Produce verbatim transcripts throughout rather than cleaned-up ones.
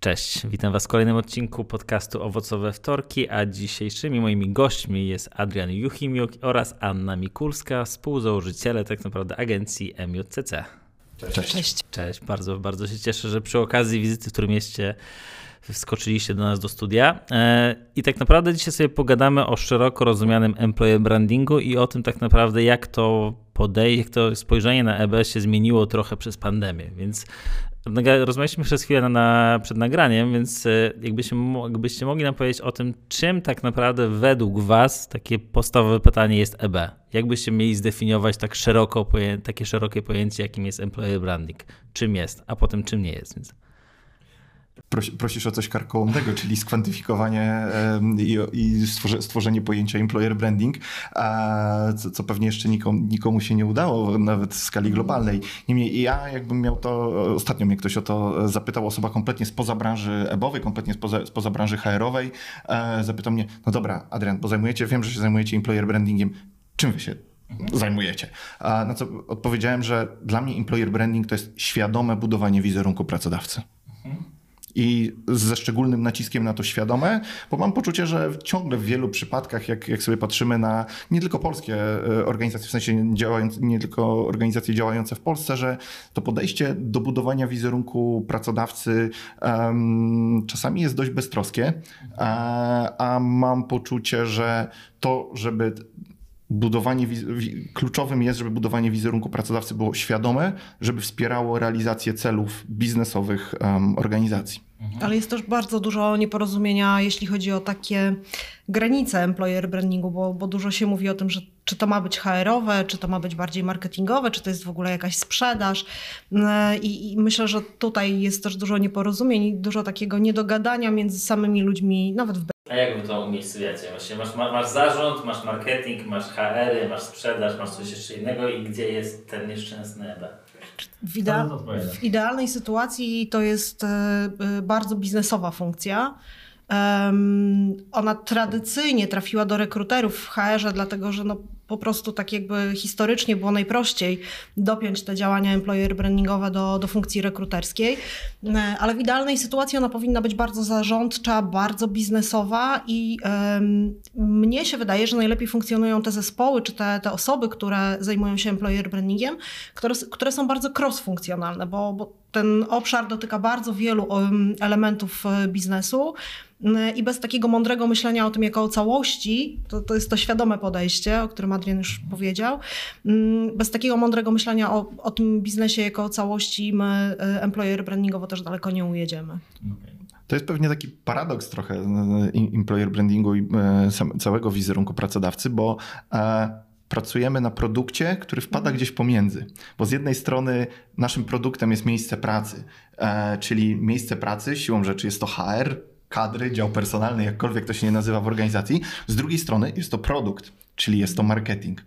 Cześć, witam Was w kolejnym odcinku podcastu Owocowe Wtorki, a dzisiejszymi moimi gośćmi jest Adrian Juchimiuk oraz Anna Mikulska, współzałożyciele tak naprawdę agencji M J C C. Cześć. Cześć. Cześć, bardzo, bardzo się cieszę, że przy okazji wizyty w którym mieście wskoczyliście do nas do studia i tak naprawdę dzisiaj sobie pogadamy o szeroko rozumianym employer brandingu i o tym tak naprawdę jak to podejście, jak to spojrzenie na E B się zmieniło trochę przez pandemię, więc rozmawialiśmy przez chwilę na, na, przed nagraniem, więc jakbyście, jakbyście mogli nam powiedzieć o tym, czym tak naprawdę według Was takie podstawowe pytanie jest E B. Jak byście mieli zdefiniować tak szeroko, takie szerokie pojęcie, jakim jest employer branding? Czym jest, a potem czym nie jest? Więc... Prosisz o coś karkołomnego, czyli skwantyfikowanie i, i stworze, stworzenie pojęcia employer branding, a co, co pewnie jeszcze nikomu, nikomu się nie udało, nawet w skali globalnej. Niemniej ja jakbym miał to, ostatnio mnie ktoś o to zapytał, osoba kompletnie spoza branży E B owej, kompletnie spoza, spoza branży H R owej, zapytał mnie, no dobra Adrian, bo zajmujecie, wiem, że się zajmujecie employer brandingiem, czym wy się zajmujecie? A na co odpowiedziałem, że dla mnie employer branding to jest świadome budowanie wizerunku pracodawcy. I ze szczególnym naciskiem na to świadome, bo mam poczucie, że ciągle w wielu przypadkach, jak, jak sobie patrzymy na nie tylko polskie organizacje, w sensie działające, nie tylko organizacje działające w Polsce, że to podejście do budowania wizerunku pracodawcy um, czasami jest dość beztroskie, a, a mam poczucie, że to, żeby budowanie, kluczowym jest, żeby budowanie wizerunku pracodawcy było świadome, żeby wspierało realizację celów biznesowych um, organizacji. Ale jest też bardzo dużo nieporozumienia, jeśli chodzi o takie granice employer brandingu, bo, bo dużo się mówi o tym, że czy to ma być H R owe, czy to ma być bardziej marketingowe, czy to jest w ogóle jakaś sprzedaż. I, i myślę, że tutaj jest też dużo nieporozumień i dużo takiego niedogadania między samymi ludźmi, nawet w A jak wy to umiejscowiacie? Właśnie masz, masz zarząd, masz marketing, masz H R y, masz sprzedaż, masz coś jeszcze innego i gdzie jest ten nieszczęsny E B? W, idea- w idealnej sytuacji to jest y, bardzo biznesowa funkcja. Um, ona tradycyjnie trafiła do rekruterów w H R-ze, dlatego że no, po prostu tak jakby historycznie było najprościej dopiąć te działania employer brandingowe do, do funkcji rekruterskiej, ale w idealnej sytuacji ona powinna być bardzo zarządcza, bardzo biznesowa i um, mnie się wydaje, że najlepiej funkcjonują te zespoły czy te, te osoby, które zajmują się employer brandingiem, które, które są bardzo cross-funkcjonalne, bo, bo ten obszar dotyka bardzo wielu elementów biznesu i bez takiego mądrego myślenia o tym jako o całości, to, to jest to świadome podejście, o którym Adrian już powiedział, bez takiego mądrego myślenia o, o tym biznesie jako o całości my employer brandingowo też daleko nie ujedziemy. Okay. To jest pewnie taki paradoks trochę employer brandingu i całego wizerunku pracodawcy, bo pracujemy na produkcie, który wpada gdzieś pomiędzy. Bo z jednej strony naszym produktem jest miejsce pracy, e, czyli miejsce pracy, siłą rzeczy jest to H R, kadry, dział personalny, jakkolwiek to się nie nazywa w organizacji. Z drugiej strony jest to produkt, czyli jest to marketing.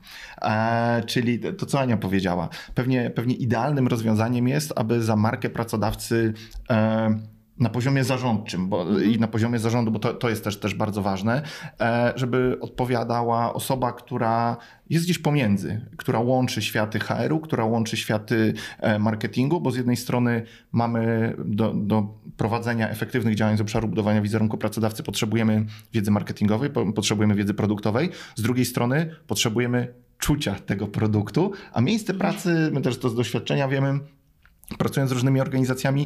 E, czyli to, co Ania powiedziała. Pewnie, pewnie idealnym rozwiązaniem jest, aby za markę pracodawcy e, na poziomie zarządczym bo, i na poziomie zarządu, bo to, to jest też, też bardzo ważne, żeby odpowiadała osoba, która jest gdzieś pomiędzy, która łączy światy H R u, która łączy światy marketingu, bo z jednej strony mamy do, do prowadzenia efektywnych działań z obszaru budowania wizerunku pracodawcy potrzebujemy wiedzy marketingowej, potrzebujemy wiedzy produktowej, z drugiej strony potrzebujemy czucia tego produktu, a miejsce pracy, my też to z doświadczenia wiemy, pracując z różnymi organizacjami,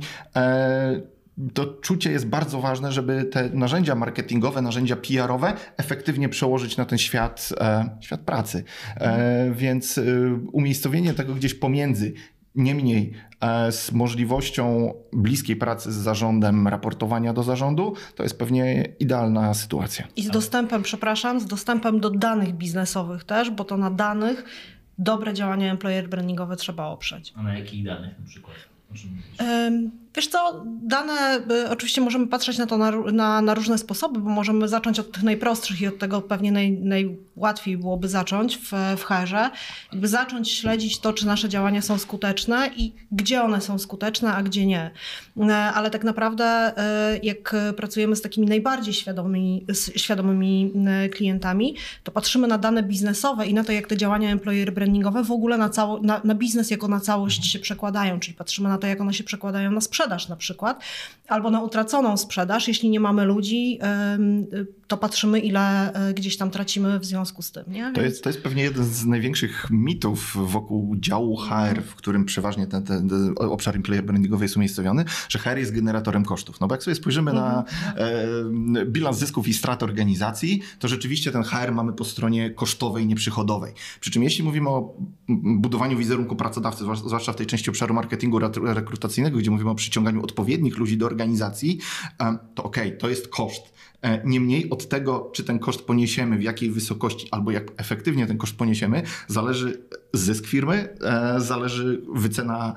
e, to czucie jest bardzo ważne, żeby te narzędzia marketingowe, narzędzia P R owe efektywnie przełożyć na ten świat, e, świat pracy. E, więc e, umiejscowienie tego gdzieś pomiędzy, niemniej e, z możliwością bliskiej pracy z zarządem, raportowania do zarządu, to jest pewnie idealna sytuacja. I z dostępem, przepraszam, z dostępem do danych biznesowych też, bo to na danych dobre działania employer brandingowe trzeba oprzeć. A na jakich danych na przykład? Wiesz co, dane, oczywiście możemy patrzeć na to na, na, na różne sposoby, bo możemy zacząć od tych najprostszych i od tego pewnie naj, najłatwiej byłoby zacząć w, w H R-ze. Jakby zacząć śledzić to, czy nasze działania są skuteczne i gdzie one są skuteczne, a gdzie nie. Ale tak naprawdę jak pracujemy z takimi najbardziej świadomymi, świadomymi klientami, to patrzymy na dane biznesowe i na to, jak te działania employer brandingowe w ogóle na, cało, na, na biznes jako na całość się przekładają, czyli patrzymy na to, jak one się przekładają na sprzedaż, sprzedaż na przykład, albo na utraconą sprzedaż. Jeśli nie mamy ludzi, to patrzymy, ile gdzieś tam tracimy w związku z tym. Nie? To, Więc... jest, to jest pewnie jeden z największych mitów wokół działu H R, w którym przeważnie ten, ten, ten obszar employer brandingowy jest umiejscowiony, że H R jest generatorem kosztów. No bo jak sobie spojrzymy mhm. na e, bilans zysków i strat organizacji, to rzeczywiście ten H R mamy po stronie kosztowej, nieprzychodowej. Przy czym jeśli mówimy o budowaniu wizerunku pracodawcy, zwłaszcza w tej części obszaru marketingu rekrutacyjnego, gdzie mówimy o przyciąganiu odpowiednich ludzi do organizacji, to okej, okay, to jest koszt. Niemniej od tego, czy ten koszt poniesiemy, w jakiej wysokości albo jak efektywnie ten koszt poniesiemy, zależy zysk firmy, zależy wycena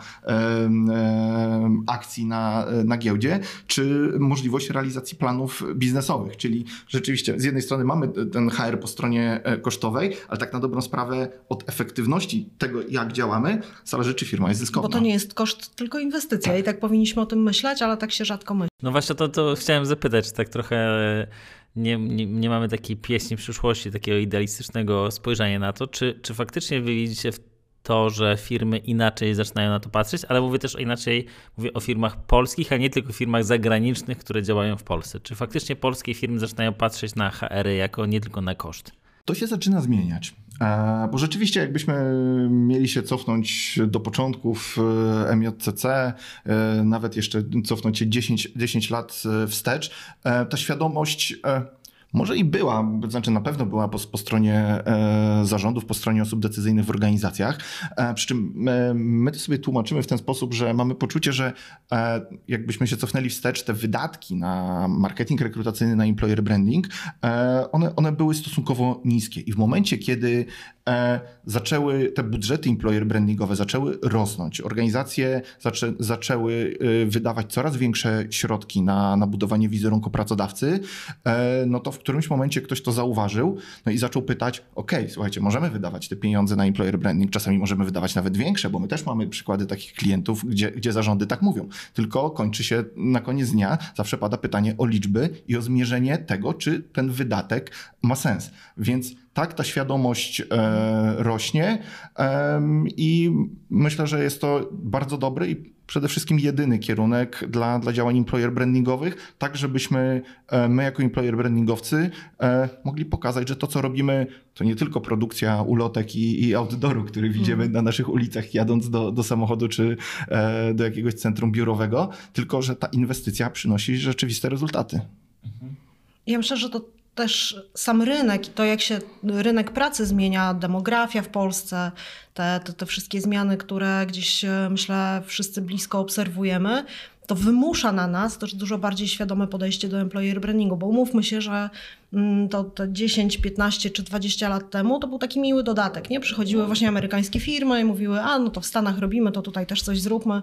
akcji na, na giełdzie, czy możliwość realizacji planów biznesowych. Czyli rzeczywiście z jednej strony mamy ten H R po stronie kosztowej, ale tak na dobrą sprawę od efektywności tego, jak działamy, zależy, czy firma jest zyskowna. Bo to nie jest koszt, tylko inwestycja tak. I tak powinniśmy o tym myśleć, ale tak się rzadko myśli. No właśnie to, to chciałem zapytać, tak trochę nie, nie, nie mamy takiej pieśni przyszłości, takiego idealistycznego spojrzenia na to, czy, czy faktycznie wy widzicie w to, że firmy inaczej zaczynają na to patrzeć, ale mówię też o inaczej, mówię o firmach polskich, a nie tylko firmach zagranicznych, które działają w Polsce. Czy faktycznie polskie firmy zaczynają patrzeć na H R-y jako nie tylko na koszt? To się zaczyna zmieniać. Bo rzeczywiście jakbyśmy mieli się cofnąć do początków M J C C, nawet jeszcze cofnąć się dziesięć, dziesięć lat wstecz, ta świadomość może i była, znaczy na pewno była po, po stronie e, zarządów, po stronie osób decyzyjnych w organizacjach, e, przy czym e, my to sobie tłumaczymy w ten sposób, że mamy poczucie, że e, jakbyśmy się cofnęli wstecz, te wydatki na marketing rekrutacyjny, na employer branding, e, one, one były stosunkowo niskie i w momencie, kiedy e, zaczęły te budżety employer brandingowe zaczęły rosnąć, organizacje zaczę, zaczęły e, wydawać coraz większe środki na, na budowanie wizerunku pracodawcy, e, no to w którymś momencie ktoś to zauważył, no i zaczął pytać, okej, okay, słuchajcie, możemy wydawać te pieniądze na employer branding, czasami możemy wydawać nawet większe, bo my też mamy przykłady takich klientów, gdzie, gdzie zarządy tak mówią. Tylko kończy się na koniec dnia, zawsze pada pytanie o liczby i o zmierzenie tego, czy ten wydatek ma sens. Więc tak, ta świadomość e, rośnie e, i myślę, że jest to bardzo dobry i przede wszystkim jedyny kierunek dla, dla działań employer brandingowych, tak żebyśmy e, my jako employer brandingowcy e, mogli pokazać, że to, co robimy, to nie tylko produkcja ulotek i, i outdooru, który widzimy mm. na naszych ulicach jadąc do, do samochodu czy e, do jakiegoś centrum biurowego, tylko że ta inwestycja przynosi rzeczywiste rezultaty. Ja myślę, że to też sam rynek i to, jak się rynek pracy zmienia, demografia w Polsce, te, te, te wszystkie zmiany, które gdzieś, myślę, wszyscy blisko obserwujemy, to wymusza na nas też dużo bardziej świadome podejście do employer brandingu, bo umówmy się, że to te dziesięć, piętnaście czy dwadzieścia lat temu to był taki miły dodatek, nie? Przychodziły właśnie amerykańskie firmy i mówiły, a no to w Stanach robimy, to tutaj też coś zróbmy.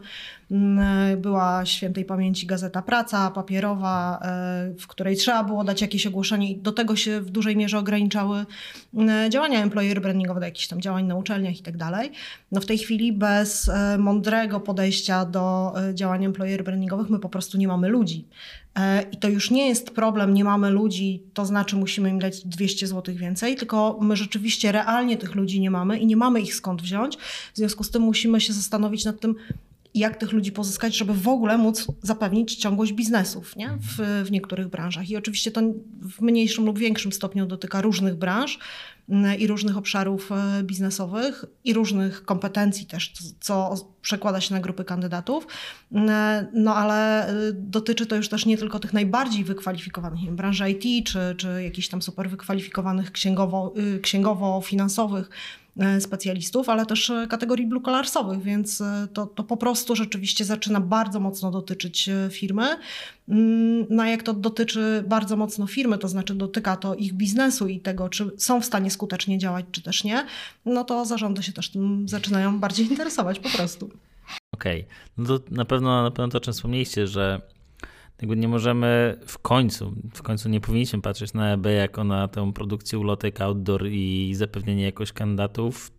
Była świętej pamięci Gazeta Praca papierowa, w której trzeba było dać jakieś ogłoszenie i do tego się w dużej mierze ograniczały działania employer brandingowe, do jakichś tam działań na uczelniach i tak dalej. No w tej chwili bez mądrego podejścia do działań employer brandingowych my po prostu nie mamy ludzi. I to już nie jest problem, nie mamy ludzi, to znaczy musimy im dać dwieście złotych więcej, tylko my rzeczywiście realnie tych ludzi nie mamy i nie mamy ich skąd wziąć. W związku z tym musimy się zastanowić nad tym, jak tych ludzi pozyskać, żeby w ogóle móc zapewnić ciągłość biznesów, nie? W, w niektórych branżach. I oczywiście to w mniejszym lub większym stopniu dotyka różnych branż i różnych obszarów biznesowych i różnych kompetencji też, co przekłada się na grupy kandydatów. No ale dotyczy to już też nie tylko tych najbardziej wykwalifikowanych, nie wiem, branży I T czy, czy jakichś tam super wykwalifikowanych księgowo, księgowo-finansowych specjalistów, ale też kategorii blue collarsowych, więc to, to po prostu rzeczywiście zaczyna bardzo mocno dotyczyć firmy. No a jak to dotyczy bardzo mocno firmy, to znaczy dotyka to ich biznesu i tego, czy są w stanie skutecznie działać, czy też nie, no to zarządy się też tym zaczynają bardziej interesować po prostu. Okej, okay. No to na pewno, na pewno to, o czym wspomnieliście, że jakby nie możemy w końcu, w końcu nie powinniśmy patrzeć na E B jako na tę produkcję ulotek outdoor i zapewnienie jakoś kandydatów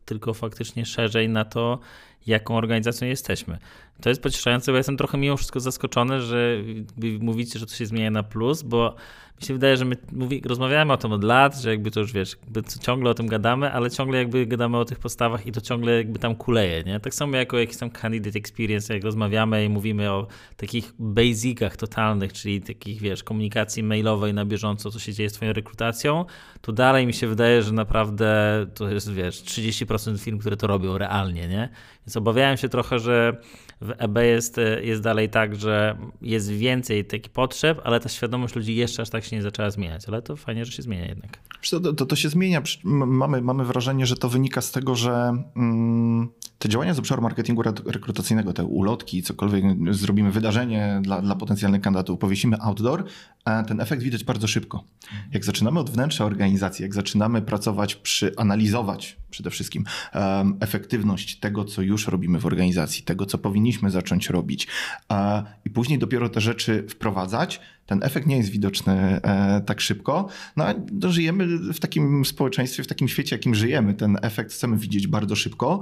tylko faktycznie szerzej na to, jaką organizacją jesteśmy. To jest pocieszające, bo ja jestem trochę mimo wszystko zaskoczony, że wy mówicie, że to się zmienia na plus, bo mi się wydaje, że my mówi, rozmawiamy o tym od lat, że jakby to już wiesz, jakby ciągle o tym gadamy, ale ciągle jakby gadamy o tych postawach i to ciągle jakby tam kuleje, nie? Tak samo jako jakiś tam candidate experience, jak rozmawiamy i mówimy o takich basicach totalnych, czyli takich wiesz, komunikacji mailowej na bieżąco, co się dzieje z twoją rekrutacją, to dalej mi się wydaje, że naprawdę to jest wiesz, trzydzieści procent firm, które to robią realnie, nie? Więc obawiałem się trochę, że w E B jest, jest dalej tak, że jest więcej takich potrzeb, ale ta świadomość ludzi jeszcze aż tak się nie zaczęła zmieniać. Ale to fajnie, że się zmienia jednak. To, to, to się zmienia. Mamy, mamy wrażenie, że to wynika z tego, że mm, te działania z obszaru marketingu rekrutacyjnego, te ulotki, cokolwiek zrobimy, wydarzenie dla, dla potencjalnych kandydatów, powiesimy outdoor, ten efekt widać bardzo szybko. Jak zaczynamy od wnętrza organizacji, jak zaczynamy pracować przy, analizować przede wszystkim um, efektywność tego, co już robimy w organizacji, tego, co powinniśmy zacząć robić uh, i później dopiero te rzeczy wprowadzać, ten efekt nie jest widoczny e, tak szybko. No, no, żyjemy w takim społeczeństwie, w takim świecie, jakim żyjemy. Ten efekt chcemy widzieć bardzo szybko.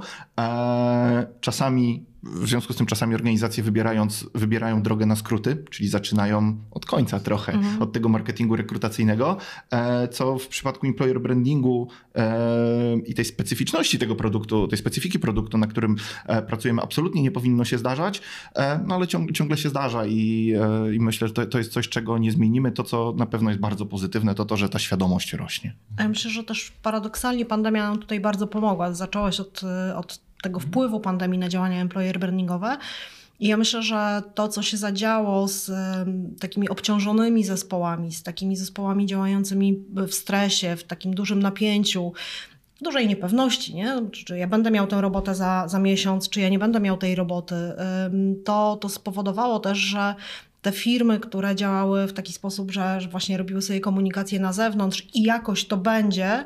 E, czasami, w związku z tym czasami organizacje wybierając, wybierają drogę na skróty, czyli zaczynają od końca trochę, mhm. od tego marketingu rekrutacyjnego, e, co w przypadku employer brandingu e, i tej specyficzności tego produktu, tej specyfiki produktu, na którym e, pracujemy, absolutnie nie powinno się zdarzać, e, no ale ciągle, ciągle się zdarza i, e, i myślę, że to, to jest coś, czego nie zmienimy. To, co na pewno jest bardzo pozytywne, to to, że ta świadomość rośnie. Ja myślę, że też paradoksalnie pandemia nam tutaj bardzo pomogła. Zaczęłaś od, od tego wpływu pandemii na działania employer brandingowe. I ja myślę, że to, co się zadziało z um, takimi obciążonymi zespołami, z takimi zespołami działającymi w stresie, w takim dużym napięciu, dużej niepewności, nie? Czy ja będę miał tę robotę za, za miesiąc, czy ja nie będę miał tej roboty, um, to, to spowodowało też, że te firmy, które działały w taki sposób, że, że właśnie robiły sobie komunikację na zewnątrz i jakoś to będzie,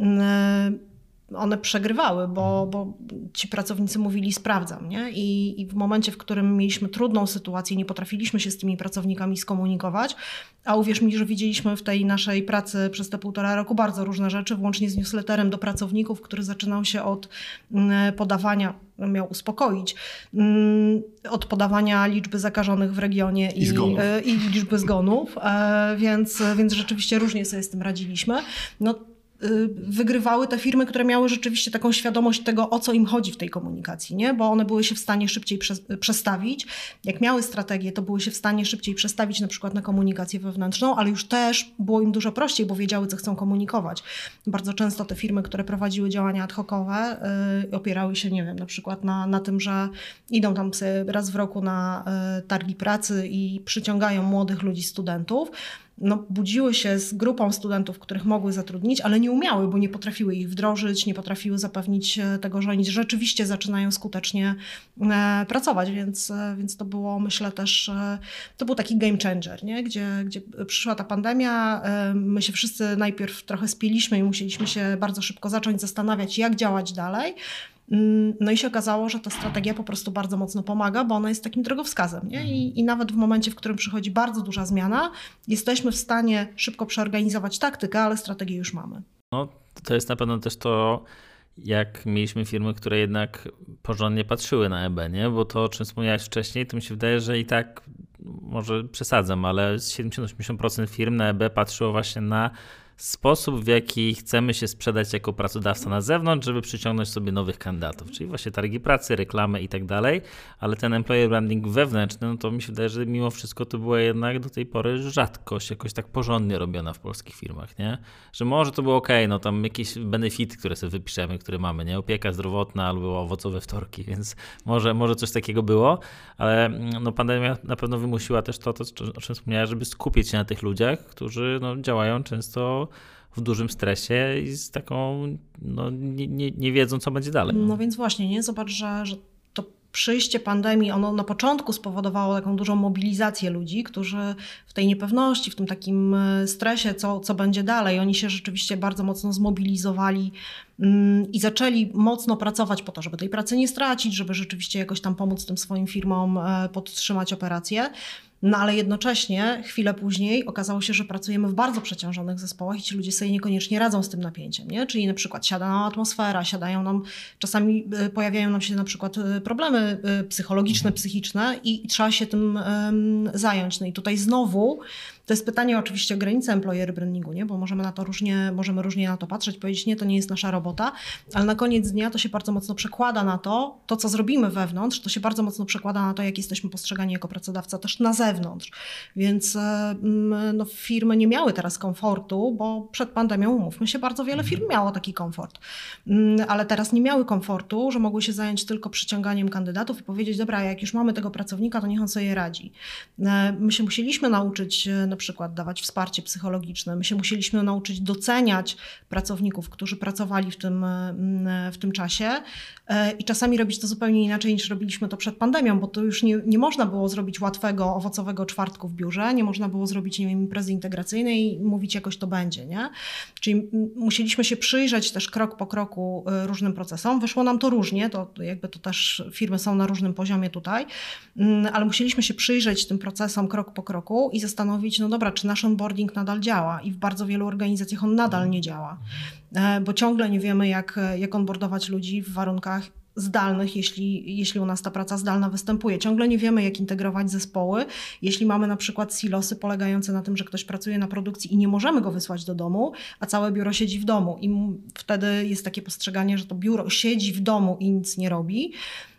one przegrywały, bo, bo ci pracownicy mówili sprawdzam, nie? I, I w momencie, w którym mieliśmy trudną sytuację, nie potrafiliśmy się z tymi pracownikami skomunikować, a uwierz mi, że widzieliśmy w tej naszej pracy przez te półtora roku bardzo różne rzeczy, włącznie z newsletterem do pracowników, który zaczynał się od podawania, miał uspokoić, od podawania liczby zakażonych w regionie i, I, i liczby zgonów, więc, więc rzeczywiście różnie sobie z tym radziliśmy. No, wygrywały te firmy, które miały rzeczywiście taką świadomość tego, o co im chodzi w tej komunikacji, nie? Bo one były się w stanie szybciej przestawić. Jak miały strategię, to były się w stanie szybciej przestawić na przykład na komunikację wewnętrzną, ale już też było im dużo prościej, bo wiedziały, co chcą komunikować. Bardzo często te firmy, które prowadziły działania ad hocowe, yy, opierały się, nie wiem, na przykład na, na tym, że idą tam sobie raz w roku na yy, targi pracy i przyciągają młodych ludzi, studentów. No, budziły się z grupą studentów, których mogły zatrudnić, ale nie umiały, bo nie potrafiły ich wdrożyć, nie potrafiły zapewnić tego, że oni rzeczywiście zaczynają skutecznie e, pracować, więc, e, więc to było, myślę też, e, to był taki game changer, nie? Gdzie, gdzie przyszła ta pandemia, e, my się wszyscy najpierw trochę spieliśmy i musieliśmy się bardzo szybko zacząć zastanawiać, jak działać dalej. No i się okazało, że ta strategia po prostu bardzo mocno pomaga, bo ona jest takim drogowskazem. Nie? I, I nawet w momencie, w którym przychodzi bardzo duża zmiana, jesteśmy w stanie szybko przeorganizować taktykę, ale strategię już mamy. No to jest na pewno też to, jak mieliśmy firmy, które jednak porządnie patrzyły na E B, nie? Bo to, o czym wspomniałeś wcześniej, to mi się wydaje, że i tak, może przesadzam, ale siedemdziesiąt do osiemdziesięciu procent firm na E B patrzyło właśnie na sposób, w jaki chcemy się sprzedać jako pracodawca na zewnątrz, żeby przyciągnąć sobie nowych kandydatów, czyli właśnie targi pracy, reklamy i tak dalej, ale ten employer branding wewnętrzny, no to mi się wydaje, że mimo wszystko to była jednak do tej pory rzadkość, jakoś tak porządnie robiona w polskich firmach, nie? Że może to było okej, okay, no tam jakieś benefity, które sobie wypiszemy, które mamy, nie? Opieka zdrowotna albo owocowe wtorki, więc może, może coś takiego było, ale no pandemia na pewno wymusiła też to, to o czym wspomniałeś, żeby skupić się na tych ludziach, którzy no, działają często w dużym stresie i z taką, no nie, nie, nie wiedzą, co będzie dalej. No więc właśnie, nie? Zobacz, że, że to przyjście pandemii, ono na początku spowodowało taką dużą mobilizację ludzi, którzy w tej niepewności, w tym takim stresie, co, co będzie dalej, oni się rzeczywiście bardzo mocno zmobilizowali i zaczęli mocno pracować po to, żeby tej pracy nie stracić, żeby rzeczywiście jakoś tam pomóc tym swoim firmom podtrzymać operacje. No ale jednocześnie chwilę później okazało się, że pracujemy w bardzo przeciążonych zespołach i ci ludzie sobie niekoniecznie radzą z tym napięciem, nie? Czyli na przykład siada nam atmosfera, siadają nam, czasami pojawiają nam się na przykład problemy psychologiczne, psychiczne i, i trzeba się tym um, zająć. No i tutaj znowu to jest pytanie oczywiście o granice employer brandingu, nie? Bo możemy na to różnie, możemy różnie na to patrzeć, powiedzieć, nie, to nie jest nasza robota, ale na koniec dnia to się bardzo mocno przekłada na to, to co zrobimy wewnątrz, to się bardzo mocno przekłada na to, jak jesteśmy postrzegani jako pracodawca też na zewnątrz. Więc no, firmy nie miały teraz komfortu, bo przed pandemią, umówmy się, bardzo wiele firm miało taki komfort. Ale teraz nie miały komfortu, że mogły się zająć tylko przyciąganiem kandydatów i powiedzieć, dobra, jak już mamy tego pracownika, to niech on sobie radzi. My się musieliśmy nauczyć na przykład dawać wsparcie psychologiczne, my się musieliśmy nauczyć doceniać pracowników, którzy pracowali w tym, w tym czasie i czasami robić to zupełnie inaczej niż robiliśmy to przed pandemią, bo to już nie, nie można było zrobić łatwego, owocowego czwartku w biurze, nie można było zrobić, nie wiem, imprezy integracyjnej i mówić jakoś to będzie, nie? Czyli musieliśmy się przyjrzeć też krok po kroku różnym procesom. Wyszło nam to różnie, to jakby to też firmy są na różnym poziomie tutaj, ale musieliśmy się przyjrzeć tym procesom krok po kroku i zastanowić, no dobra, czy nasz onboarding nadal działa i w bardzo wielu organizacjach on nadal nie działa, bo ciągle nie wiemy, jak, jak onboardować ludzi w warunkach zdalnych, jeśli, jeśli u nas ta praca zdalna występuje. Ciągle nie wiemy, jak integrować zespoły, jeśli mamy na przykład silosy polegające na tym, że ktoś pracuje na produkcji i nie możemy go wysłać do domu, a całe biuro siedzi w domu i wtedy jest takie postrzeganie, że to biuro siedzi w domu i nic nie robi.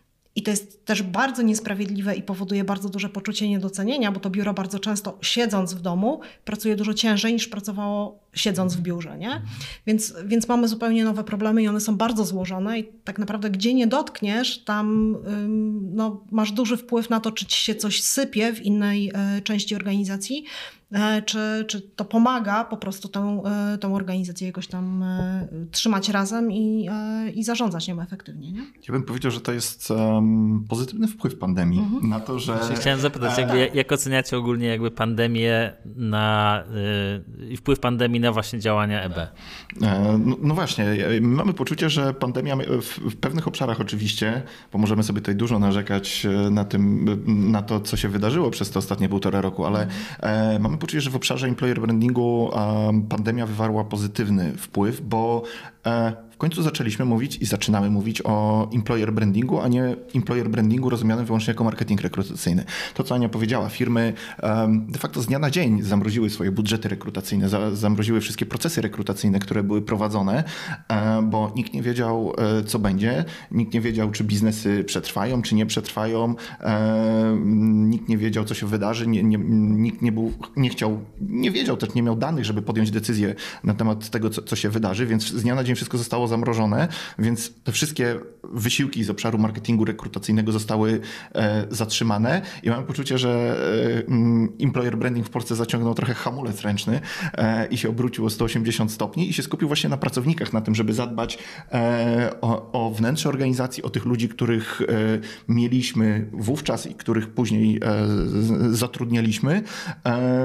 I to jest też bardzo niesprawiedliwe i powoduje bardzo duże poczucie niedocenienia, bo to biuro bardzo często siedząc w domu pracuje dużo ciężej niż pracowało siedząc w biurze, nie? Więc, więc mamy zupełnie nowe problemy i one są bardzo złożone i tak naprawdę gdzie nie dotkniesz, tam ym, no, masz duży wpływ na to, czy ci się coś sypie w innej y, części organizacji, Czy, czy to pomaga po prostu tą, tą organizację jakoś tam trzymać razem i, i zarządzać nią efektywnie, nie? Ja bym powiedział, że to jest um, pozytywny wpływ pandemii mhm. na to, że... Chciałem zapytać, jakby, jak oceniacie ogólnie jakby pandemię na yy, wpływ pandemii na właśnie działania E B? No, no właśnie, mamy poczucie, że pandemia w, w pewnych obszarach oczywiście, bo możemy sobie tutaj dużo narzekać na tym, na to, co się wydarzyło przez te ostatnie półtora roku, ale mhm. mamy poczucie, że w obszarze employer brandingu pandemia wywarła pozytywny wpływ, bo w końcu zaczęliśmy mówić i zaczynamy mówić o employer brandingu, a nie employer brandingu rozumianym wyłącznie jako marketing rekrutacyjny. To, co Ania powiedziała, firmy de facto z dnia na dzień zamroziły swoje budżety rekrutacyjne, zamroziły wszystkie procesy rekrutacyjne, które były prowadzone, bo nikt nie wiedział, co będzie, nikt nie wiedział, czy biznesy przetrwają, czy nie przetrwają, nikt nie wiedział, co się wydarzy, nie, nie, nikt nie był, nie chciał, nie wiedział, też nie miał danych, żeby podjąć decyzję na temat tego, co, co się wydarzy, więc z dnia na dzień wszystko zostało zamrożone, więc te wszystkie wysiłki z obszaru marketingu rekrutacyjnego zostały e, zatrzymane i mam poczucie, że e, employer branding w Polsce zaciągnął trochę hamulec ręczny e, i się obrócił o sto osiemdziesiąt stopni i się skupił właśnie na pracownikach, na tym, żeby zadbać e, o, o wnętrze organizacji, o tych ludzi, których e, mieliśmy wówczas i których później e, zatrudnialiśmy. E,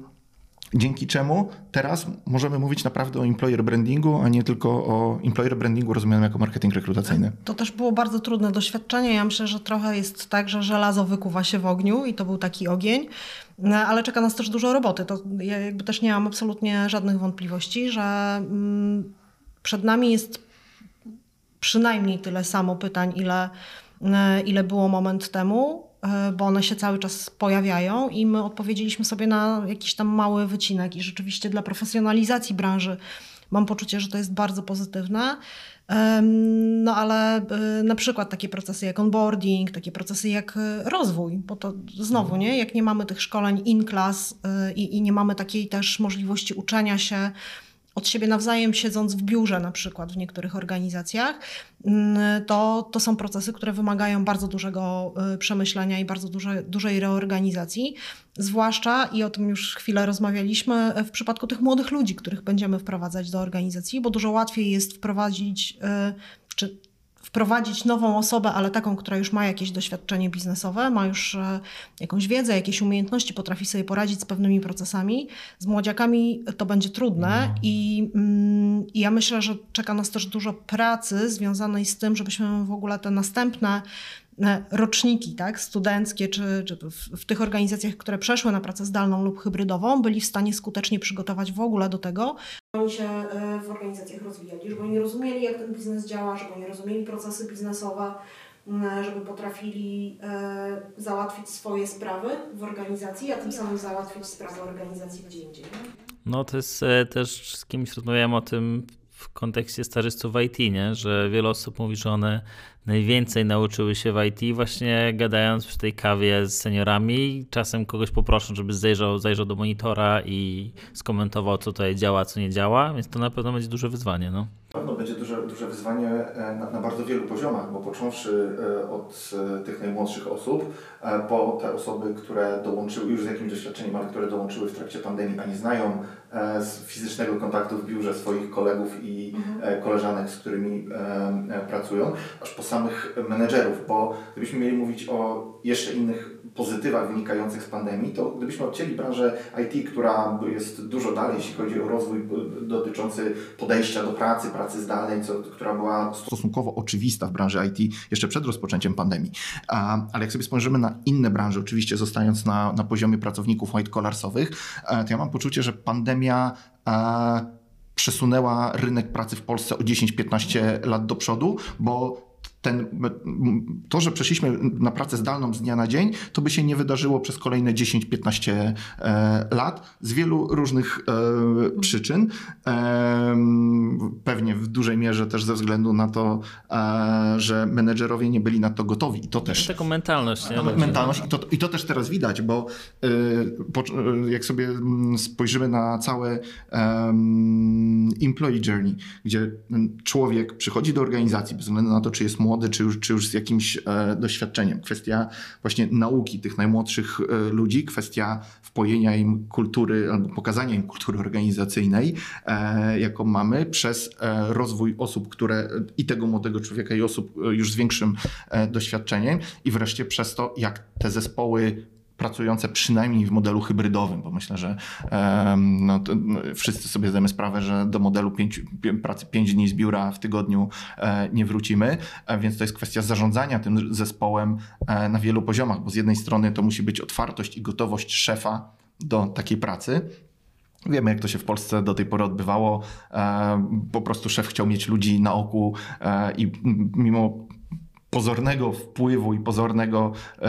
Dzięki czemu teraz możemy mówić naprawdę o employer brandingu, a nie tylko o employer brandingu rozumianym jako marketing rekrutacyjny. To też było bardzo trudne doświadczenie. Ja myślę, że trochę jest tak, że żelazo wykuwa się w ogniu i to był taki ogień, ale czeka nas też dużo roboty. To ja jakby też nie mam absolutnie żadnych wątpliwości, że przed nami jest przynajmniej tyle samo pytań, ile, ile było moment temu, bo one się cały czas pojawiają i my odpowiedzieliśmy sobie na jakiś tam mały wycinek i rzeczywiście dla profesjonalizacji branży mam poczucie, że to jest bardzo pozytywne. No ale na przykład takie procesy jak onboarding, takie procesy jak rozwój, bo to znowu, nie, jak nie mamy tych szkoleń in-class i, i nie mamy takiej też możliwości uczenia się od siebie nawzajem, siedząc w biurze na przykład w niektórych organizacjach, to, to są procesy, które wymagają bardzo dużego przemyślenia i bardzo duże, dużej reorganizacji, zwłaszcza, i o tym już chwilę rozmawialiśmy, w przypadku tych młodych ludzi, których będziemy wprowadzać do organizacji, bo dużo łatwiej jest wprowadzić, czy wprowadzić nową osobę, ale taką, która już ma jakieś doświadczenie biznesowe, ma już jakąś wiedzę, jakieś umiejętności, potrafi sobie poradzić z pewnymi procesami. Z młodziakami to będzie trudne no. i, mm, i ja myślę, że czeka nas też dużo pracy związanej z tym, żebyśmy w ogóle te następne roczniki, tak, studenckie, czy, czy w, w tych organizacjach, które przeszły na pracę zdalną lub hybrydową, byli w stanie skutecznie przygotować w ogóle do tego, żeby oni się w organizacjach rozwijali, żeby oni rozumieli, jak ten biznes działa, żeby oni rozumieli procesy biznesowe, żeby potrafili e, załatwić swoje sprawy w organizacji, a tym samym załatwić sprawy organizacji gdzie indziej. Nie? No to jest e, też z kimś rozmawiałem o tym w kontekście stażystów w I T, nie? Że wiele osób mówi, że one najwięcej nauczyły się w I T właśnie gadając przy tej kawie z seniorami. Czasem kogoś poproszą, żeby zajrzał, zajrzał do monitora i skomentował, co tutaj działa, co nie działa, więc to na pewno będzie duże wyzwanie. No. Na pewno będzie duże, duże wyzwanie na, na bardzo wielu poziomach, bo począwszy od tych najmłodszych osób, po te osoby, które dołączyły już z jakimś doświadczeniem, ale które dołączyły w trakcie pandemii, a nie znają z fizycznego kontaktu w biurze swoich kolegów i mhm. koleżanek, z którymi pracują, aż po samych menedżerów, bo gdybyśmy mieli mówić o jeszcze innych pozytywach wynikających z pandemii, to gdybyśmy odcięli branżę I T, która jest dużo dalej, jeśli chodzi o rozwój dotyczący podejścia do pracy, pracy zdalnej, co, która była stosunkowo oczywista w branży I T jeszcze przed rozpoczęciem pandemii. Ale jak sobie spojrzymy na inne branże, oczywiście zostając na, na poziomie pracowników white-collarsowych, to ja mam poczucie, że pandemia przesunęła rynek pracy w Polsce o dziesięć piętnaście lat do przodu, bo Ten, to, że przeszliśmy na pracę zdalną z dnia na dzień, to by się nie wydarzyło przez kolejne dziesięć piętnaście e, lat z wielu różnych e, przyczyn. E, pewnie w dużej mierze też ze względu na to, e, że menedżerowie nie byli na to gotowi. I to też, taką mentalność. Nie? No, mentalność i to, i to też teraz widać, bo e, po, jak sobie spojrzymy na całe um, employee journey, gdzie człowiek przychodzi do organizacji bez względu na to, czy jest młody, czy już, czy już z jakimś e, doświadczeniem. Kwestia właśnie nauki tych najmłodszych e, ludzi, kwestia wpojenia im kultury albo pokazania im kultury organizacyjnej, e, jaką mamy, przez e, rozwój osób, które i tego młodego człowieka, i osób e, już z większym e, doświadczeniem, i wreszcie przez to, jak te zespoły pracujące przynajmniej w modelu hybrydowym, bo myślę, że um, no, to, no, wszyscy sobie zdajemy sprawę, że do modelu pięć, pracy pięć dni z biura w tygodniu e, nie wrócimy, e, więc to jest kwestia zarządzania tym zespołem e, na wielu poziomach, bo z jednej strony to musi być otwartość i gotowość szefa do takiej pracy. Wiemy, jak to się w Polsce do tej pory odbywało. E, po prostu szef chciał mieć ludzi na oku e, i mimo pozornego wpływu i pozornego, e,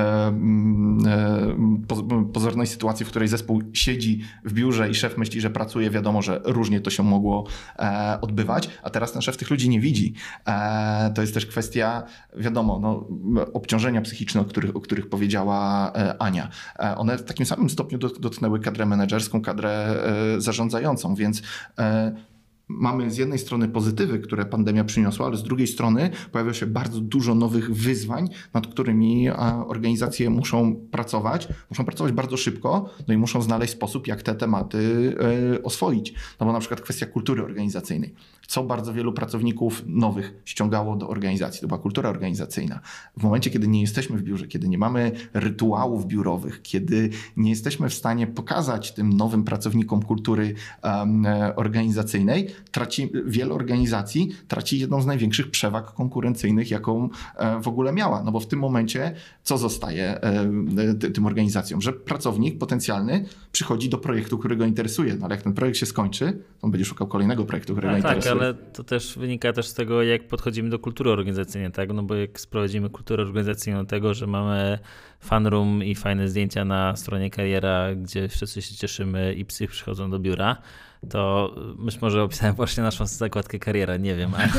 e, pozornej sytuacji, w której zespół siedzi w biurze i szef myśli, że pracuje, wiadomo, że różnie to się mogło e, odbywać, a teraz ten szef tych ludzi nie widzi. E, to jest też kwestia, wiadomo, no, obciążenia psychiczne, o których, o których powiedziała e, Ania. E, one w takim samym stopniu dotknęły kadrę menedżerską, kadrę e, zarządzającą, więc e, mamy z jednej strony pozytywy, które pandemia przyniosła, ale z drugiej strony pojawia się bardzo dużo nowych wyzwań, nad którymi organizacje muszą pracować. Muszą pracować bardzo szybko, no i muszą znaleźć sposób, jak te tematy oswoić. No bo na przykład kwestia kultury organizacyjnej. Co bardzo wielu pracowników nowych ściągało do organizacji, to była kultura organizacyjna. W momencie, kiedy nie jesteśmy w biurze, kiedy nie mamy rytuałów biurowych, kiedy nie jesteśmy w stanie pokazać tym nowym pracownikom kultury um, organizacyjnej, traci, wiele organizacji traci jedną z największych przewag konkurencyjnych, jaką e, w ogóle miała. No bo w tym momencie co zostaje e, ty, tym organizacjom? Że pracownik potencjalny przychodzi do projektu, który go interesuje. No ale jak ten projekt się skończy, to on będzie szukał kolejnego projektu, który go interesuje. Tak, ale to też wynika też z tego, jak podchodzimy do kultury organizacyjnej, tak? No bo jak sprowadzimy kulturę organizacyjną do tego, że mamy fanroom i fajne zdjęcia na stronie kariera, gdzie wszyscy się cieszymy i psy przychodzą do biura, to być może opisałem właśnie naszą zakładkę kariera, nie wiem, ale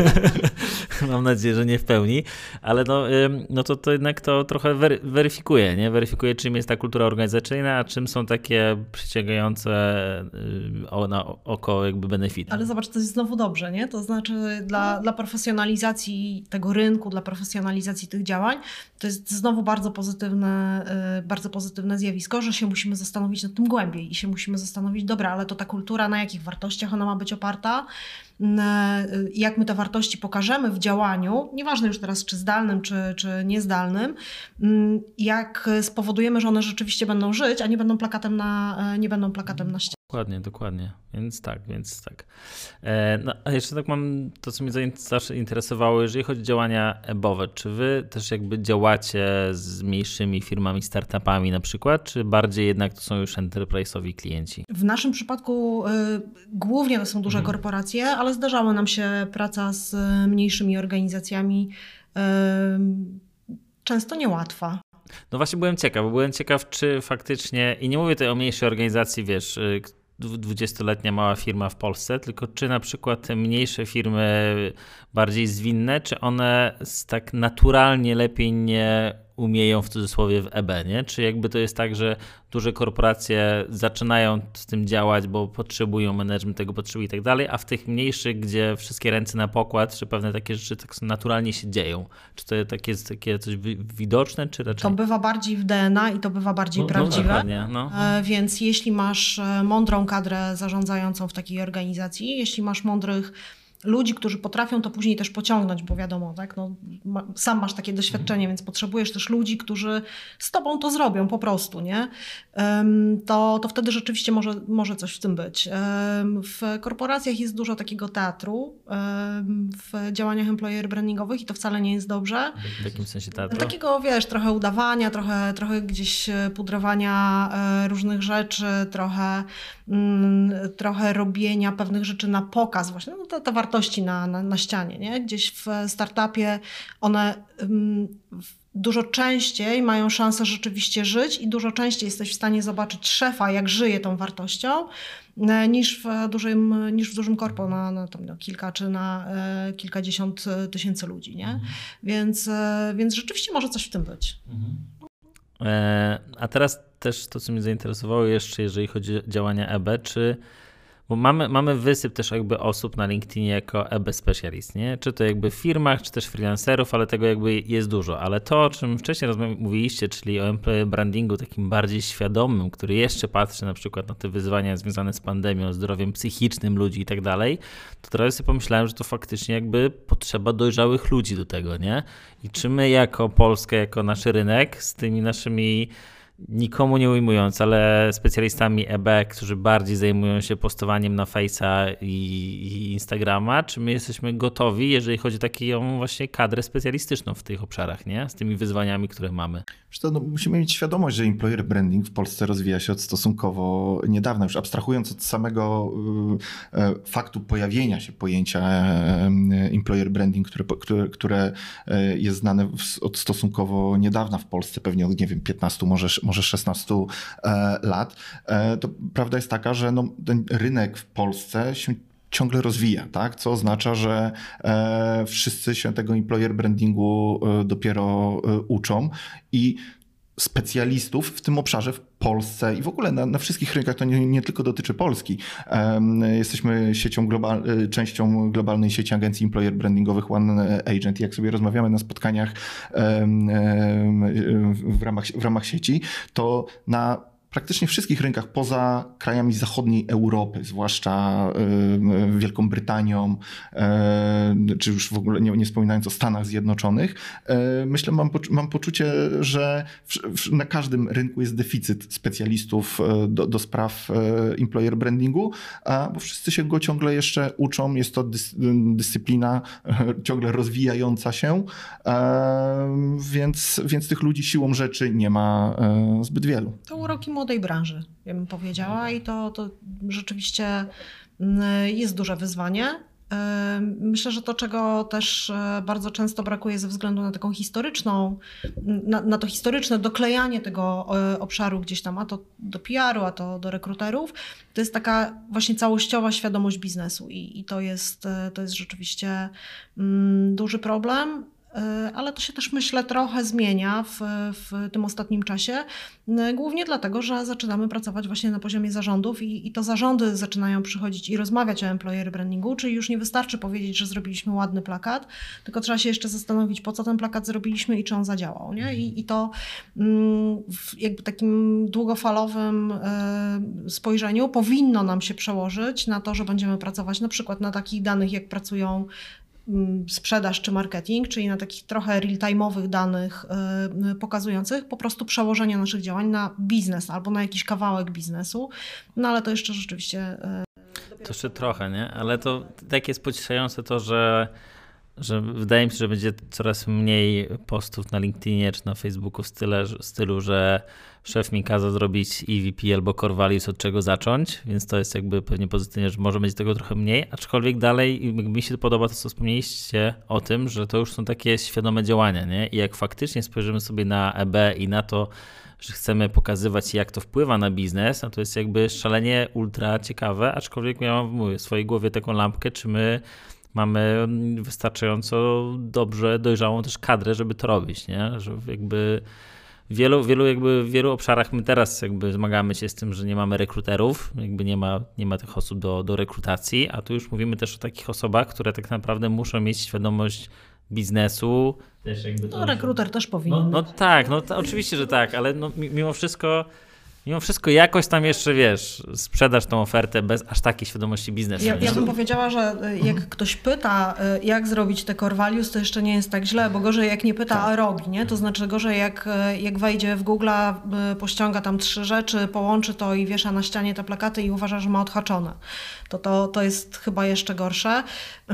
mam nadzieję, że nie w pełni, ale no, no to, to jednak to trochę weryfikuje, nie? Weryfikuje, czym jest ta kultura organizacyjna, a czym są takie przyciągające na oko jakby benefity. Ale zobacz, to jest znowu dobrze, nie? To znaczy dla, dla profesjonalizacji tego rynku, dla profesjonalizacji tych działań, to jest znowu bardzo pozytywne, bardzo pozytywne zjawisko, że się musimy zastanowić nad tym głębiej i się musimy zastanowić, dobra, ale to ta kultura kultura, na jakich wartościach ona ma być oparta, jak my te wartości pokażemy w działaniu, nieważne już teraz czy zdalnym, czy, czy niezdalnym, jak spowodujemy, że one rzeczywiście będą żyć, a nie będą plakatem na, nie będą plakatem na ścianie. Dokładnie, dokładnie. Więc tak, więc tak. E, no, a jeszcze tak mam to, co mnie zawsze interesowało, jeżeli chodzi o działania ebowe. Czy wy też jakby działacie z mniejszymi firmami, startupami na przykład, czy bardziej jednak to są już enterprise'owi klienci? W naszym przypadku y, głównie to są duże mhm. korporacje, ale zdarzały nam się praca z mniejszymi organizacjami, y, często niełatwa. No właśnie byłem ciekaw, byłem ciekaw, czy faktycznie, i nie mówię tutaj o mniejszej organizacji, wiesz, dwudziestoletnia mała firma w Polsce, tylko czy na przykład te mniejsze firmy bardziej zwinne, czy one tak naturalnie lepiej nie umieją w cudzysłowie w E B, nie? Czy jakby to jest tak, że duże korporacje zaczynają z tym działać, bo potrzebują management tego, potrzebują i tak dalej, a w tych mniejszych, gdzie wszystkie ręce na pokład, czy pewne takie rzeczy tak naturalnie się dzieją. Czy to tak jest takie coś widoczne, czy raczej? To bywa bardziej w D N A i to bywa bardziej no, prawdziwe. No, no. Więc jeśli masz mądrą kadrę zarządzającą w takiej organizacji, jeśli masz mądrych ludzi, którzy potrafią to później też pociągnąć, bo wiadomo, tak, no, ma, sam masz takie doświadczenie, więc potrzebujesz też ludzi, którzy z tobą to zrobią po prostu, nie? Um, to, to wtedy rzeczywiście może, może coś w tym być. Um, w korporacjach jest dużo takiego teatru um, w działaniach employer brandingowych i to wcale nie jest dobrze. W jakim sensie teatru? Takiego, wiesz, trochę udawania, trochę, trochę gdzieś pudrowania e, różnych rzeczy, trochę, mm, trochę robienia pewnych rzeczy na pokaz właśnie, no to, to warto Na, na, na ścianie, nie? Gdzieś w startupie one um, dużo częściej mają szansę rzeczywiście żyć i dużo częściej jesteś w stanie zobaczyć szefa, jak żyje tą wartością, niż w dużym, niż w dużym korpo na, na, tam, na kilka czy na e, kilkadziesiąt tysięcy ludzi, nie? Mhm. Więc, e, więc rzeczywiście może coś w tym być. Mhm. E, a teraz też to, co mnie zainteresowało jeszcze, jeżeli chodzi o działania E B, czy bo mamy, mamy wysyp też jakby osób na LinkedInie jako E B specjalist, nie? Czy to jakby w firmach, czy też freelancerów, ale tego jakby jest dużo. Ale to, o czym wcześniej mówiliście, czyli o employer brandingu takim bardziej świadomym, który jeszcze patrzy na przykład na te wyzwania związane z pandemią, zdrowiem psychicznym ludzi i tak dalej, to teraz sobie pomyślałem, że to faktycznie jakby potrzeba dojrzałych ludzi do tego, nie? I czy my jako Polska, jako nasz rynek z tymi naszymi nikomu nie ujmując, ale specjalistami E B, którzy bardziej zajmują się postowaniem na Face'a i, i Instagrama, czy my jesteśmy gotowi, jeżeli chodzi o taką właśnie kadrę specjalistyczną w tych obszarach, nie? Z tymi wyzwaniami, które mamy? To, no, musimy mieć świadomość, że employer branding w Polsce rozwija się od stosunkowo niedawna, już abstrahując od samego y, y, faktu pojawienia się pojęcia y, employer branding, które, które, które jest znane w, od stosunkowo niedawna w Polsce, pewnie od, nie wiem, piętnastu, może, może szesnastu e, lat, e, to prawda jest taka, że no, ten rynek w Polsce się ciągle rozwija, tak? Co oznacza, że e, wszyscy się tego employer brandingu e, dopiero e, uczą i specjalistów w tym obszarze w Polsce i w ogóle na, na wszystkich rynkach, to nie, nie tylko dotyczy Polski. Um, jesteśmy siecią global, częścią globalnej sieci agencji employer brandingowych One Agent. Jak sobie rozmawiamy na spotkaniach um, um, w, ramach, w ramach sieci, to na praktycznie wszystkich rynkach poza krajami zachodniej Europy, zwłaszcza y, Wielką Brytanią, y, czy już w ogóle nie, nie wspominając o Stanach Zjednoczonych, y, myślę, mam, mam poczucie, że w, w, na każdym rynku jest deficyt specjalistów do, do spraw y, employer brandingu, a, bo wszyscy się go ciągle jeszcze uczą, jest to dys, dyscyplina y, ciągle rozwijająca się, y, więc, więc tych ludzi siłą rzeczy nie ma y, zbyt wielu. To uroki młodej branży, ja bym powiedziała, i to, to rzeczywiście jest duże wyzwanie. Myślę, że to, czego też bardzo często brakuje ze względu na taką historyczną, na, na to historyczne doklejanie tego obszaru gdzieś tam, a to do P R u, a to do rekruterów, to jest taka właśnie całościowa świadomość biznesu i, i to jest, to jest rzeczywiście duży problem. ale to się też myślę trochę zmienia w, w tym ostatnim czasie, głównie dlatego, że zaczynamy pracować właśnie na poziomie zarządów i, i to zarządy zaczynają przychodzić i rozmawiać o employer brandingu, czyli już nie wystarczy powiedzieć, że zrobiliśmy ładny plakat, tylko trzeba się jeszcze zastanowić, po co ten plakat zrobiliśmy i czy on zadziałał, nie? I, i to w jakby takim długofalowym spojrzeniu powinno nam się przełożyć na to, że będziemy pracować na przykład na takich danych, jak pracują sprzedaż czy marketing, czyli na takich trochę real-time'owych danych pokazujących po prostu przełożenie naszych działań na biznes albo na jakiś kawałek biznesu, no ale to jeszcze rzeczywiście... To jeszcze trochę, nie? Ale to tak jest pocieszające to, że że wydaje mi się, że będzie coraz mniej postów na LinkedInie czy na Facebooku w style, stylu, że szef mi kazał zrobić E V P albo Core Values, od czego zacząć, więc to jest jakby pewnie pozytywnie, że może być tego trochę mniej, aczkolwiek dalej mi się podoba to, co wspomnieliście o tym, że to już są takie świadome działania, nie? I jak faktycznie spojrzymy sobie na E B i na to, że chcemy pokazywać, jak to wpływa na biznes, no to jest jakby szalenie ultra ciekawe, aczkolwiek ja mam mówię, w swojej głowie taką lampkę, czy my mamy wystarczająco dobrze dojrzałą też kadrę, żeby to robić, nie? Że jakby w wielu, wielu, jakby w wielu obszarach my teraz jakby zmagamy się z tym, że nie mamy rekruterów, jakby nie ma, nie ma tych osób do, do rekrutacji, a tu już mówimy też o takich osobach, które tak naprawdę muszą mieć świadomość biznesu. Też jakby to no rekruter też powinien. No, no tak, no to, oczywiście, że tak, ale no, mimo wszystko Mimo wszystko jakoś tam jeszcze, wiesz, sprzedasz tą ofertę bez aż takiej świadomości biznesu. Ja, ja bym powiedziała, że jak ktoś pyta, jak zrobić te core values, to jeszcze nie jest tak źle, bo gorzej jak nie pyta, a robi, nie? To znaczy gorzej jak, jak wejdzie w Google'a, pościąga tam trzy rzeczy, połączy to i wiesza na ścianie te plakaty i uważa, że ma odhaczone. To, to, to jest chyba jeszcze gorsze.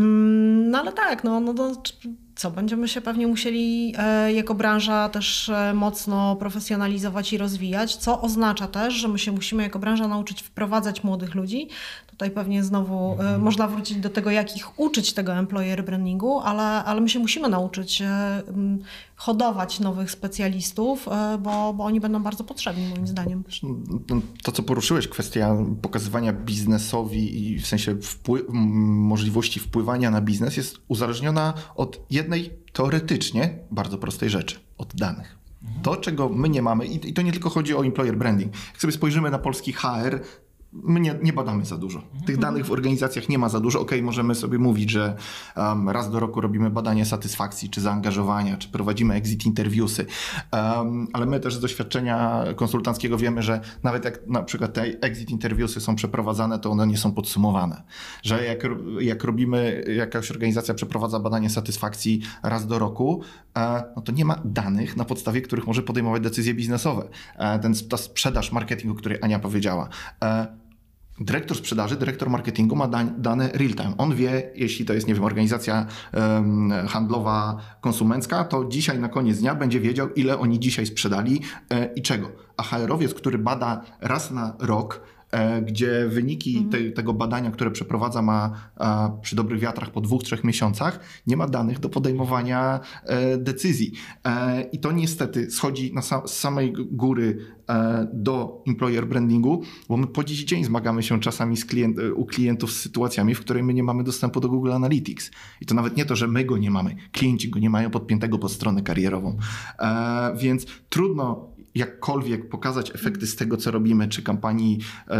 No ale tak, no, no to... Co, będziemy się pewnie musieli e, jako branża też e, mocno profesjonalizować i rozwijać, co oznacza też, że my się musimy jako branża nauczyć wprowadzać młodych ludzi. Tutaj pewnie znowu e, można wrócić do tego, jak ich uczyć tego employer brandingu, ale, ale my się musimy nauczyć e, m, hodować nowych specjalistów, e, bo, bo oni będą bardzo potrzebni moim zdaniem. To, co poruszyłeś, kwestia pokazywania biznesowi i w sensie wpły- możliwości wpływania na biznes jest uzależniona od jednej teoretycznie bardzo prostej rzeczy, od danych. To, czego my nie mamy, i to nie tylko chodzi o employer branding. Jak sobie spojrzymy na polski H R, my nie, nie badamy za dużo. Tych danych w organizacjach nie ma za dużo. Okej, możemy sobie mówić, że um, raz do roku robimy badanie satysfakcji, czy zaangażowania, czy prowadzimy exit interviewsy, um, ale my też z doświadczenia konsultanckiego wiemy, że nawet jak na przykład te exit interviewsy są przeprowadzane, to one nie są podsumowane. Że jak, jak robimy, jakaś organizacja przeprowadza badanie satysfakcji raz do roku, e, no to nie ma danych, na podstawie których może podejmować decyzje biznesowe. E, ten, ta sprzedaż marketingu, o której Ania powiedziała, e, dyrektor sprzedaży, dyrektor marketingu ma dań, dane real-time. On wie, jeśli to jest, nie wiem, organizacja um, handlowa, konsumencka, to dzisiaj na koniec dnia będzie wiedział, ile oni dzisiaj sprzedali e, i czego. A H R-owiec, który bada raz na rok, e, gdzie wyniki mm. te, tego badania, które przeprowadza, ma a, przy dobrych wiatrach po dwóch, trzech miesiącach, nie ma danych do podejmowania e, decyzji. E, I to niestety schodzi na sa- z samej góry e, do employer brandingu, bo my po dziś dzień zmagamy się czasami z klient, u klientów z sytuacjami, w której my nie mamy dostępu do Google Analytics. I to nawet nie to, że my go nie mamy, klienci go nie mają podpiętego pod stronę karierową. E, więc trudno jakkolwiek pokazać efekty z tego, co robimy, czy kampanii e,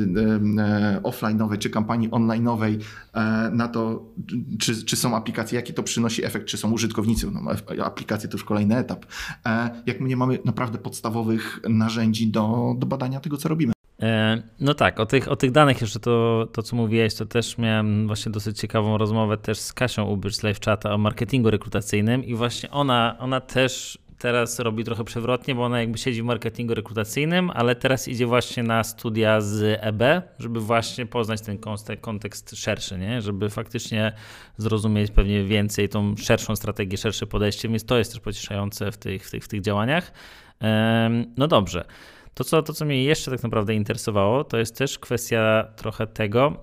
e, offline'owej, czy kampanii online'owej, e, na to, czy, czy są aplikacje, jaki to przynosi efekt, czy są użytkownicy. No, aplikacje to już kolejny etap. E, jak my nie mamy naprawdę podstawowych narzędzi do, do badania tego, co robimy. No tak, o tych, o tych danych jeszcze to, to, co mówiłeś, to też miałem właśnie dosyć ciekawą rozmowę też z Kasią Ubycz z Live Chata o marketingu rekrutacyjnym i właśnie ona, ona też teraz robi trochę przewrotnie, bo ona jakby siedzi w marketingu rekrutacyjnym, ale teraz idzie właśnie na studia z E B, żeby właśnie poznać ten kontekst szerszy, nie? Żeby faktycznie zrozumieć pewnie więcej tą szerszą strategię, szersze podejście, więc to jest też pocieszające w tych, w tych, w tych działaniach. No dobrze. To co, to, co mnie jeszcze tak naprawdę interesowało, to jest też kwestia trochę tego,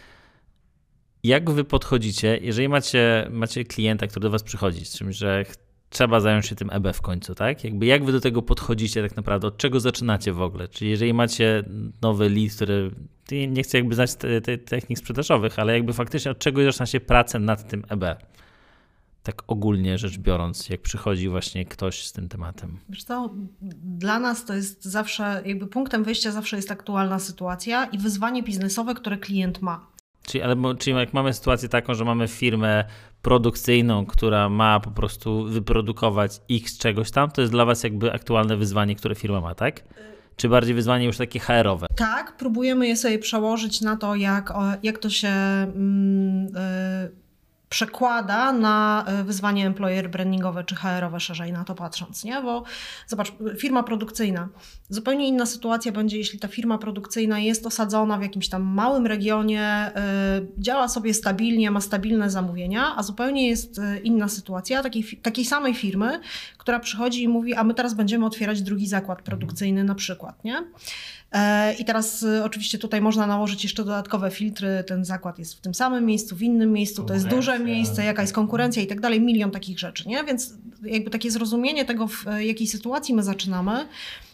jak wy podchodzicie, jeżeli macie, macie klienta, który do was przychodzi z czymś, że trzeba zająć się tym E B w końcu, tak? Jakby jak wy do tego podchodzicie tak naprawdę, od czego zaczynacie w ogóle? Czyli jeżeli macie nowy lead, który, nie chcę jakby znać te, te technik sprzedażowych, ale jakby faktycznie od czego zaczyna się pracę nad tym E B? tak ogólnie rzecz biorąc, jak przychodzi właśnie ktoś z tym tematem? Wiesz co, dla nas to jest zawsze, jakby punktem wyjścia zawsze jest aktualna sytuacja i wyzwanie biznesowe, które klient ma. Czyli, ale, czyli jak mamy sytuację taką, że mamy firmę produkcyjną, która ma po prostu wyprodukować X czegoś tam, to jest dla was jakby aktualne wyzwanie, które firma ma, tak? Czy bardziej wyzwanie już takie H R-owe? Tak, próbujemy je sobie przełożyć na to, jak, jak to się mm, y, przekłada na wyzwanie employer brandingowe czy H R-owe, szerzej na to patrząc, nie? Bo zobacz, firma produkcyjna. Zupełnie inna sytuacja będzie, jeśli ta firma produkcyjna jest osadzona w jakimś tam małym regionie, y, działa sobie stabilnie, ma stabilne zamówienia, a zupełnie jest inna sytuacja takiej, takiej samej firmy, która przychodzi i mówi, a my teraz będziemy otwierać drugi zakład produkcyjny na przykład, nie? I teraz oczywiście tutaj można nałożyć jeszcze dodatkowe filtry, ten zakład jest w tym samym miejscu, w innym miejscu, to jest duże miejsce, jaka jest konkurencja i tak dalej, milion takich rzeczy, nie? Więc jakby takie zrozumienie tego, w jakiej sytuacji my zaczynamy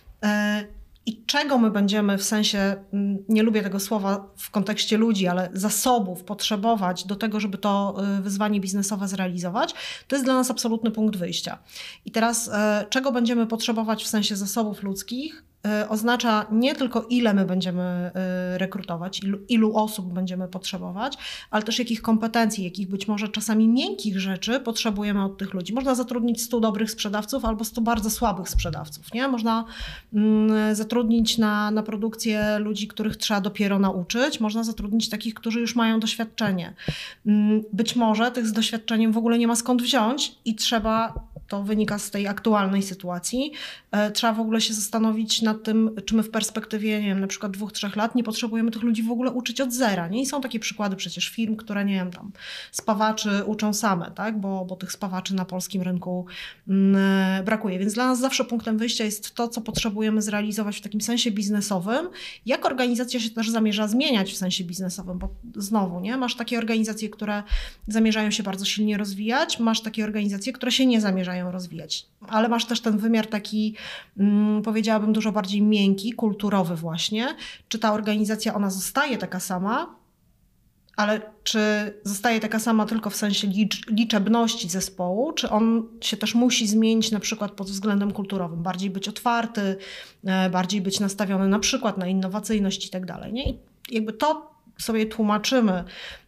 i czego my będziemy w sensie, nie lubię tego słowa w kontekście ludzi, ale zasobów potrzebować do tego, żeby to wyzwanie biznesowe zrealizować, to jest dla nas absolutny punkt wyjścia. I teraz czego będziemy potrzebować w sensie zasobów ludzkich, oznacza nie tylko ile my będziemy rekrutować, ilu, ilu osób będziemy potrzebować, ale też jakich kompetencji, jakich być może czasami miękkich rzeczy potrzebujemy od tych ludzi. Można zatrudnić stu dobrych sprzedawców albo stu bardzo słabych sprzedawców, nie? Można mm, zatrudnić na, na produkcję ludzi, których trzeba dopiero nauczyć. Można zatrudnić takich, którzy już mają doświadczenie. Mm, być może tych z doświadczeniem w ogóle nie ma skąd wziąć i trzeba, to wynika z tej aktualnej sytuacji, e, trzeba w ogóle się zastanowić nad tym, czy my w perspektywie, nie wiem, na przykład dwóch, trzech lat nie potrzebujemy tych ludzi w ogóle uczyć od zera, nie? I są takie przykłady przecież firm, które, nie wiem, tam spawaczy uczą same, tak? Bo, bo tych spawaczy na polskim rynku mm, brakuje. Więc dla nas zawsze punktem wyjścia jest to, co potrzebujemy zrealizować w takim sensie biznesowym. Jak organizacja się też zamierza zmieniać w sensie biznesowym, bo znowu, nie? Masz takie organizacje, które zamierzają się bardzo silnie rozwijać, masz takie organizacje, które się nie zamierzają rozwijać, ale masz też ten wymiar taki, mm, powiedziałabym, dużo bardziej miękki, kulturowy właśnie. Czy ta organizacja, ona zostaje taka sama, ale czy zostaje taka sama tylko w sensie licz, liczebności zespołu, czy on się też musi zmienić na przykład pod względem kulturowym, bardziej być otwarty, bardziej być nastawiony na przykład na innowacyjność i tak dalej, nie? I jakby to sobie tłumaczymy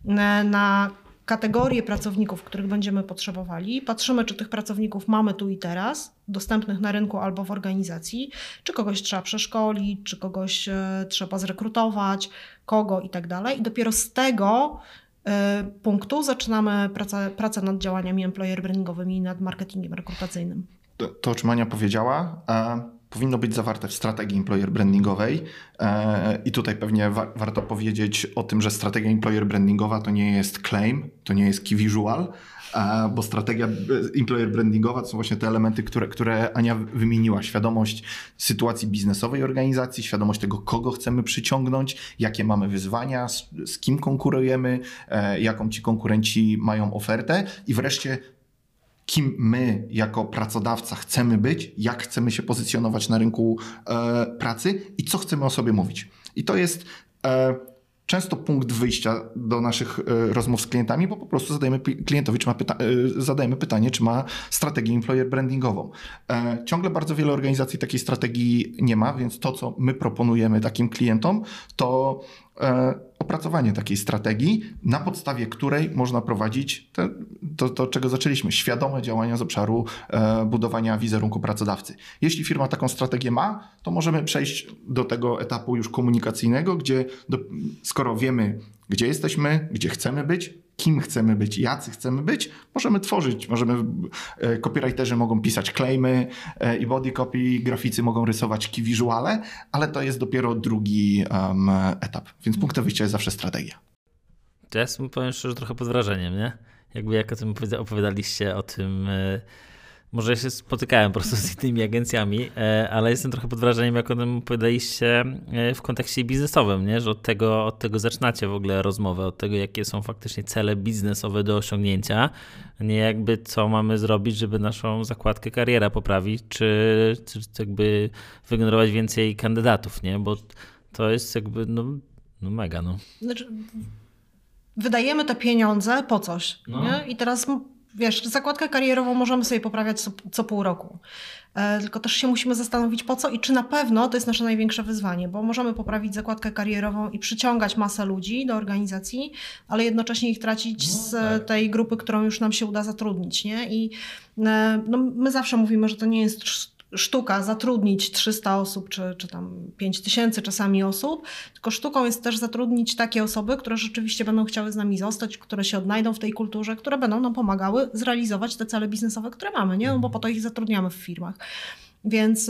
na kategorie pracowników, których będziemy potrzebowali. Patrzymy, czy tych pracowników mamy tu i teraz, dostępnych na rynku albo w organizacji, czy kogoś trzeba przeszkolić, czy kogoś e, trzeba zrekrutować, kogo i tak dalej. I dopiero z tego e, punktu zaczynamy pracę, pracę nad działaniami employer brandingowymi i nad marketingiem rekrutacyjnym. To, to o czym Ania powiedziała, a powinno być zawarte w strategii employer brandingowej i tutaj pewnie wa- warto powiedzieć o tym, że strategia employer brandingowa to nie jest claim, to nie jest key visual, bo strategia employer brandingowa to są właśnie te elementy, które, które Ania wymieniła. Świadomość sytuacji biznesowej organizacji, świadomość tego, kogo chcemy przyciągnąć, jakie mamy wyzwania, z, z kim konkurujemy, jaką ci konkurenci mają ofertę i wreszcie kim my jako pracodawca chcemy być, jak chcemy się pozycjonować na rynku e, pracy i co chcemy o sobie mówić. I to jest e, często punkt wyjścia do naszych e, rozmów z klientami, bo po prostu zadajemy klientowi, czy ma pyta- e, zadajemy pytanie, czy ma strategię employer brandingową. E, ciągle bardzo wiele organizacji takiej strategii nie ma, więc to, co my proponujemy takim klientom, to e, opracowanie takiej strategii, na podstawie której można prowadzić te, to, to, czego zaczęliśmy, świadome działania z obszaru e, budowania wizerunku pracodawcy. Jeśli firma taką strategię ma, to możemy przejść do tego etapu już komunikacyjnego, gdzie do, skoro wiemy, gdzie jesteśmy, gdzie chcemy być, kim chcemy być, jacy chcemy być, możemy tworzyć, możemy, e, copywriterzy mogą pisać claimy e, i body copy, graficy mogą rysować key visuale, ale to jest dopiero drugi um, etap, więc punktem wyjścia jest zawsze strategia. To ja sobie powiem szczerze, trochę pod wrażeniem, nie? Jakby jak o tym opowiadaliście, o tym, może ja się spotykałem po prostu z innymi agencjami, ale jestem trochę pod wrażeniem, jak o tym opowiadaliście w kontekście biznesowym, nie? Że od tego, od tego zaczynacie w ogóle rozmowę, od tego, jakie są faktycznie cele biznesowe do osiągnięcia, nie jakby co mamy zrobić, żeby naszą zakładkę kariera poprawić, czy, czy jakby wygenerować więcej kandydatów, nie? Bo to jest jakby, no, no mega, no. Znaczy, wydajemy te pieniądze po coś, no. Nie? I teraz wiesz, zakładkę karierową możemy sobie poprawiać co, co pół roku. E, tylko też się musimy zastanowić po co i czy na pewno to jest nasze największe wyzwanie, bo możemy poprawić zakładkę karierową i przyciągać masę ludzi do organizacji, ale jednocześnie ich tracić No, z tak. tej grupy, którą już nam się uda zatrudnić, nie? I e, no, my zawsze mówimy, że to nie jest sztuka zatrudnić trzysta osób, czy, czy tam pięć tysięcy czasami osób, tylko sztuką jest też zatrudnić takie osoby, które rzeczywiście będą chciały z nami zostać, które się odnajdą w tej kulturze, które będą nam pomagały zrealizować te cele biznesowe, które mamy, nie? No bo po to ich zatrudniamy w firmach. Więc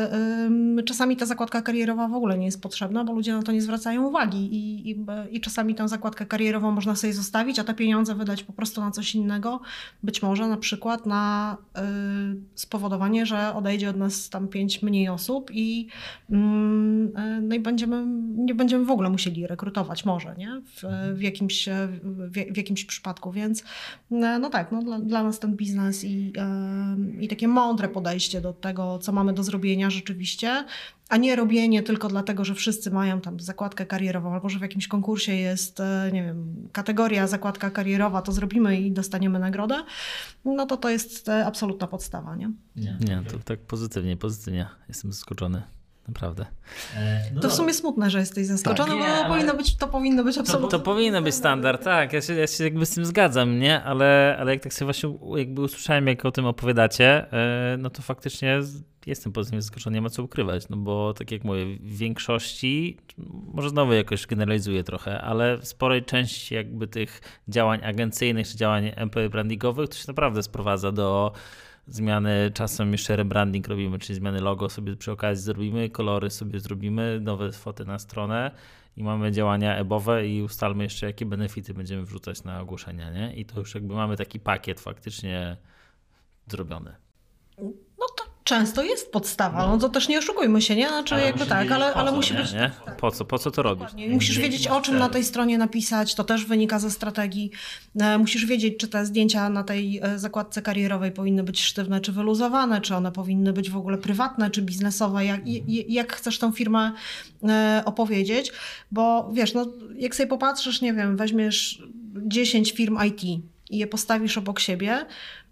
y, czasami ta zakładka karierowa w ogóle nie jest potrzebna, bo ludzie na to nie zwracają uwagi i, i, i czasami tę zakładkę karierową można sobie zostawić, a te pieniądze wydać po prostu na coś innego. Być może na przykład na y, spowodowanie, że odejdzie od nas tam pięć mniej osób i, y, no i będziemy, nie będziemy w ogóle musieli rekrutować może, nie? W, w, jakimś, w, w jakimś przypadku. Więc no tak, no dla, dla nas ten biznes i, y, i takie mądre podejście do tego, co mamy do zrobienia rzeczywiście, a nie robienie tylko dlatego, że wszyscy mają tam zakładkę karierową, albo że w jakimś konkursie jest, nie wiem, kategoria zakładka karierowa, to zrobimy i dostaniemy nagrodę, no to to jest absolutna podstawa, nie? Nie, nie to tak pozytywnie, pozytywnie. Jestem zaskoczony. Naprawdę. No to w sumie smutne, że jesteś zaskoczony, tak, bo nie, powinno być, to powinno być absolutnie. To, to powinno być standard, tak. Ja się, ja się jakby z tym zgadzam, nie? Ale, ale jak tak sobie właśnie jakby usłyszałem, jak o tym opowiadacie, no to faktycznie jestem pozytywnie zaskoczony, nie ma co ukrywać, no bo tak jak mówię, w większości, może znowu jakoś generalizuję trochę, ale w sporej części jakby tych działań agencyjnych czy działań employee brandingowych to się naprawdę sprowadza do zmiany, czasem jeszcze rebranding robimy, czyli zmiany logo sobie przy okazji zrobimy, kolory sobie zrobimy, nowe foty na stronę i mamy działania ebowe i ustalmy jeszcze, jakie benefity będziemy wrzucać na ogłoszenia, nie? I to już jakby mamy taki pakiet faktycznie zrobiony. No to często jest podstawa, no to też nie oszukujmy się, nie? Znaczy ale jakby tak, ale, ale musi być... Nie? Po co? Po co to robić? Musisz wiedzieć, o czym na tej stronie napisać, to też wynika ze strategii. Musisz wiedzieć, czy te zdjęcia na tej zakładce karierowej powinny być sztywne czy wyluzowane, czy one powinny być w ogóle prywatne czy biznesowe, jak, jak chcesz tą firmę opowiedzieć, bo wiesz, no jak sobie popatrzysz, nie wiem, weźmiesz dziesięć firm I T i je postawisz obok siebie,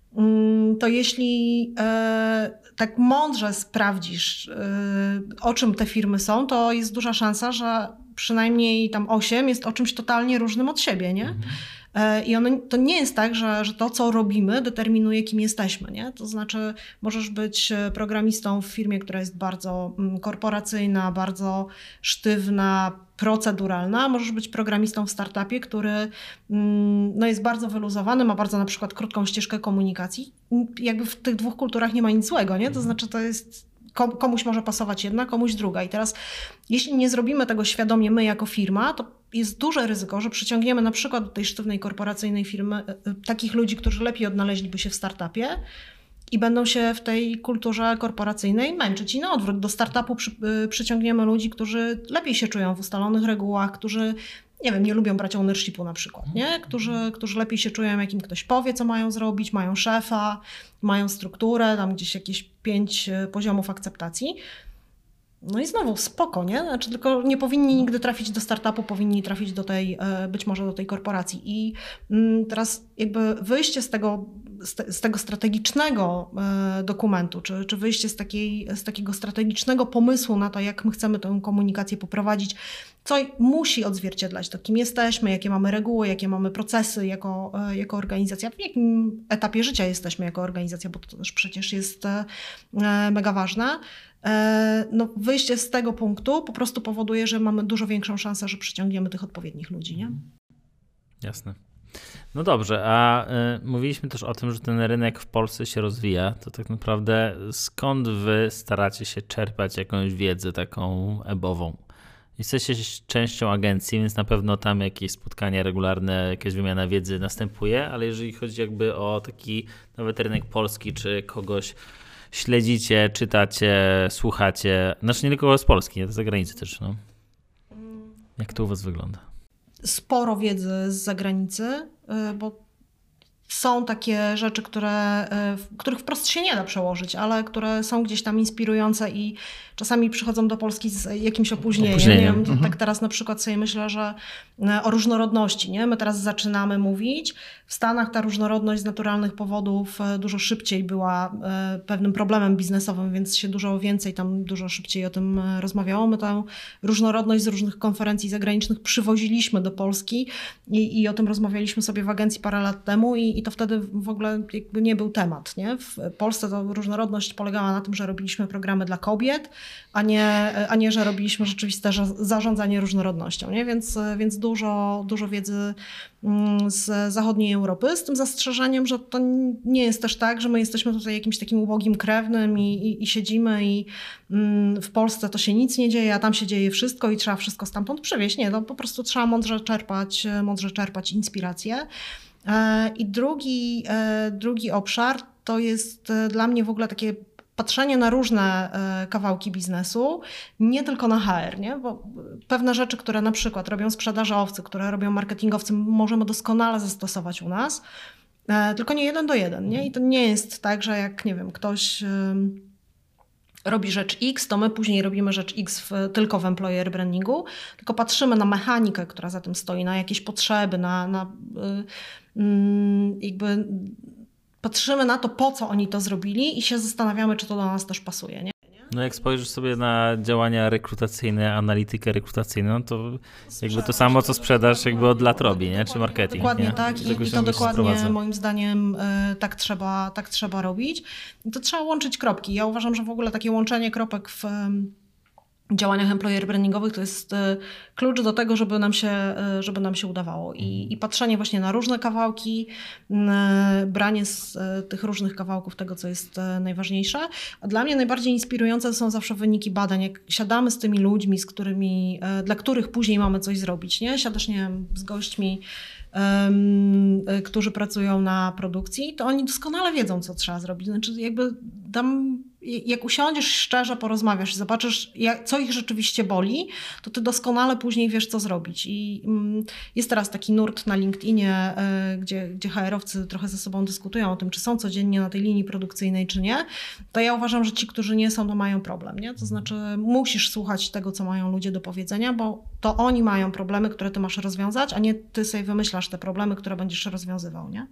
to jeśli e, tak mądrze sprawdzisz, e, o czym te firmy są, to jest duża szansa, że przynajmniej tam osiem jest o czymś totalnie różnym od siebie, nie? E, I one, to nie jest tak, że, że to, co robimy, determinuje, kim jesteśmy, nie? To znaczy, możesz być programistą w firmie, która jest bardzo korporacyjna, bardzo sztywna, proceduralna, możesz być programistą w startupie, który no, jest bardzo wyluzowany, ma bardzo na przykład krótką ścieżkę komunikacji. Jakby w tych dwóch kulturach nie ma nic złego, nie? To znaczy to jest, komuś może pasować jedna, komuś druga. I teraz jeśli nie zrobimy tego świadomie my jako firma, to jest duże ryzyko, że przyciągniemy na przykład do tej sztywnej korporacyjnej firmy takich ludzi, którzy lepiej odnaleźliby się w startupie, i będą się w tej kulturze korporacyjnej męczyć. I na odwrót, do startupu przy, y, przyciągniemy ludzi, którzy lepiej się czują w ustalonych regułach, którzy, nie wiem, nie lubią brać ownershipu na przykład, nie? Którzy, którzy lepiej się czują, jak im ktoś powie, co mają zrobić, mają szefa, mają strukturę, tam gdzieś jakieś pięć poziomów akceptacji. No i znowu spoko, nie? Znaczy, tylko nie powinni nigdy trafić do startupu, powinni trafić do tej, być może do tej korporacji. I teraz jakby wyjście z tego, z tego strategicznego dokumentu, czy, czy wyjście z, takiej, z takiego strategicznego pomysłu na to, jak my chcemy tę komunikację poprowadzić, co musi odzwierciedlać to, kim jesteśmy, jakie mamy reguły, jakie mamy procesy jako, jako organizacja, w jakim etapie życia jesteśmy jako organizacja, bo to też przecież jest mega ważne. No, wyjście z tego punktu po prostu powoduje, że mamy dużo większą szansę, że przyciągniemy tych odpowiednich ludzi, nie? Jasne. No dobrze, a y, mówiliśmy też o tym, że ten rynek w Polsce się rozwija. To tak naprawdę skąd wy staracie się czerpać jakąś wiedzę taką ebową? Jesteście częścią agencji, więc na pewno tam jakieś spotkania regularne, jakaś wymiana wiedzy następuje, ale jeżeli chodzi jakby o taki nawet rynek polski, czy kogoś śledzicie, czytacie, słuchacie, znaczy nie tylko z Polski, ale z zagranicy też, no. Jak to u was wygląda? Sporo wiedzy z zagranicy, bo są takie rzeczy, które, których wprost się nie da przełożyć, ale które są gdzieś tam inspirujące i czasami przychodzą do Polski z jakimś opóźnieniem. opóźnieniem. Nie wiem, tak teraz na przykład sobie myślę, że o różnorodności, nie? My teraz zaczynamy mówić. W Stanach ta różnorodność z naturalnych powodów dużo szybciej była pewnym problemem biznesowym, więc się dużo więcej tam, dużo szybciej o tym rozmawiało. My tę różnorodność z różnych konferencji zagranicznych przywoziliśmy do Polski i, i o tym rozmawialiśmy sobie w agencji parę lat temu i, i to wtedy w ogóle jakby nie był temat, nie? W Polsce ta różnorodność polegała na tym, że robiliśmy programy dla kobiet, a nie, a nie że robiliśmy rzeczywiste zarządzanie różnorodnością, nie? Więc, więc dużo, dużo wiedzy z zachodniej Europy, z tym zastrzeżeniem, że to nie jest też tak, że my jesteśmy tutaj jakimś takim ubogim krewnym i, i, i siedzimy i w Polsce to się nic nie dzieje, a tam się dzieje wszystko i trzeba wszystko stamtąd przywieźć. Nie, no po prostu trzeba mądrze czerpać, mądrze czerpać inspiracje. I drugi, drugi obszar to jest dla mnie w ogóle takie patrzenie na różne kawałki biznesu, nie tylko na H R, nie? Bo pewne rzeczy, które na przykład robią sprzedażowcy, które robią marketingowcy, możemy doskonale zastosować u nas, tylko nie jeden do jeden, nie? I to nie jest tak, że jak, nie wiem, ktoś robi rzecz X, to my później robimy rzecz X w, tylko w employer brandingu, tylko patrzymy na mechanikę, która za tym stoi, na jakieś potrzeby, na, na yy, yy, jakby patrzymy na to, po co oni to zrobili i się zastanawiamy, czy to do nas też pasuje, nie? No jak spojrzysz sobie na działania rekrutacyjne, analitykę rekrutacyjną, no to jakby to samo, co sprzedaż jakby od lat robi, nie? Czy marketing. Dokładnie nie? tak i, i to dokładnie moim zdaniem y, tak, trzeba, tak trzeba robić. I to trzeba łączyć kropki. Ja uważam, że w ogóle takie łączenie kropek w działaniach employer brandingowych to jest klucz do tego, żeby nam się, żeby nam się udawało. I, i patrzenie właśnie na różne kawałki, branie z tych różnych kawałków tego, co jest najważniejsze. A dla mnie najbardziej inspirujące są zawsze wyniki badań. Jak siadamy z tymi ludźmi, z którymi, dla których później mamy coś zrobić, nie? Siadasz, nie wiem, z gośćmi, Um, którzy pracują na produkcji, to oni doskonale wiedzą, co trzeba zrobić. Znaczy jakby tam, jak usiądziesz szczerze, porozmawiasz i zobaczysz, jak, co ich rzeczywiście boli, to ty doskonale później wiesz, co zrobić. I um, jest teraz taki nurt na LinkedInie, y, gdzie, gdzie H R-owcy trochę ze sobą dyskutują o tym, czy są codziennie na tej linii produkcyjnej, czy nie. To ja uważam, że ci, którzy nie są, to mają problem. Nie? To znaczy musisz słuchać tego, co mają ludzie do powiedzenia, bo to oni mają problemy, które ty masz rozwiązać, a nie ty sobie wymyślasz te problemy, które będziesz rozwiązywał, nie?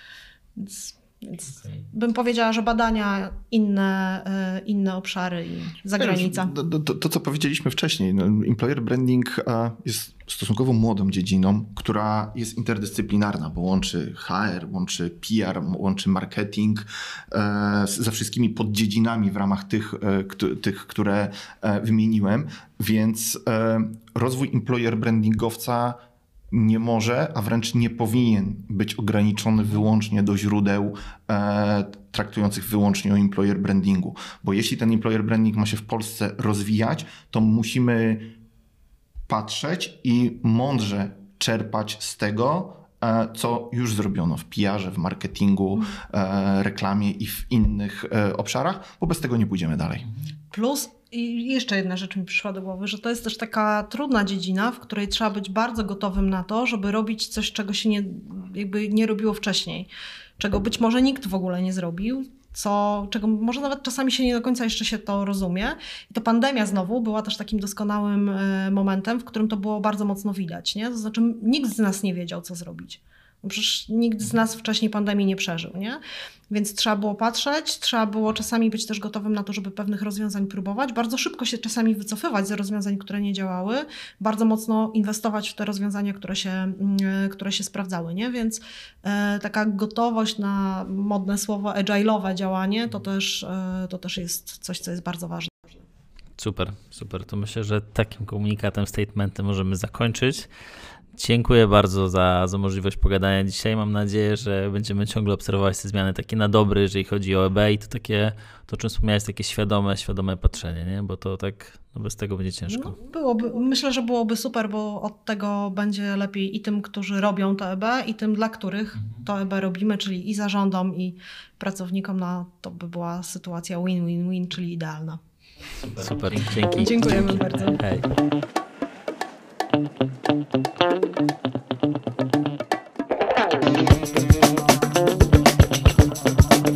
Więc, więc okay. bym powiedziała, że badania, inne, inne obszary i zagranica. To, to, to, co powiedzieliśmy wcześniej, no, employer branding jest stosunkowo młodą dziedziną, która jest interdyscyplinarna, bo łączy H R, łączy P R, łączy marketing e, ze wszystkimi poddziedzinami w ramach tych, e, k- tych które e, wymieniłem, więc e, rozwój employer brandingowca nie może, a wręcz nie powinien być ograniczony wyłącznie do źródeł e, traktujących wyłącznie o employer brandingu. Bo jeśli ten employer branding ma się w Polsce rozwijać, to musimy patrzeć i mądrze czerpać z tego, e, co już zrobiono w P R-ze, w marketingu, e, reklamie i w innych e, obszarach, bo bez tego nie pójdziemy dalej. Plus i jeszcze jedna rzecz mi przyszła do głowy, że to jest też taka trudna dziedzina, w której trzeba być bardzo gotowym na to, żeby robić coś, czego się nie, jakby nie robiło wcześniej, czego być może nikt w ogóle nie zrobił, co, czego może nawet czasami się nie do końca jeszcze się to rozumie. I to pandemia znowu była też takim doskonałym momentem, w którym to było bardzo mocno widać, nie? To znaczy nikt z nas nie wiedział, co zrobić. No przecież nikt z nas wcześniej pandemii nie przeżył, nie? Więc trzeba było patrzeć, trzeba było czasami być też gotowym na to, żeby pewnych rozwiązań próbować, bardzo szybko się czasami wycofywać z rozwiązań, które nie działały, bardzo mocno inwestować w te rozwiązania, które się, które się sprawdzały, nie? Więc e, taka gotowość na modne słowo agile'owe działanie, to też, e, to też jest coś, co jest bardzo ważne. Super, super. To myślę, że takim komunikatem, statementem możemy zakończyć. Dziękuję bardzo za, za możliwość pogadania dzisiaj. Mam nadzieję, że będziemy ciągle obserwować te zmiany takie na dobre, jeżeli chodzi o E B i to takie, to o czym wspomniałeś, takie świadome, świadome patrzenie, nie? Bo to tak, no bez tego będzie ciężko. No, byłoby, myślę, że byłoby super, bo od tego będzie lepiej i tym, którzy robią to E B i tym, dla których mhm. to E B robimy, czyli i zarządom, i pracownikom, no, to by była sytuacja win-win-win, czyli idealna. Super, super. Dzięki. Dziękujemy bardzo. Hej.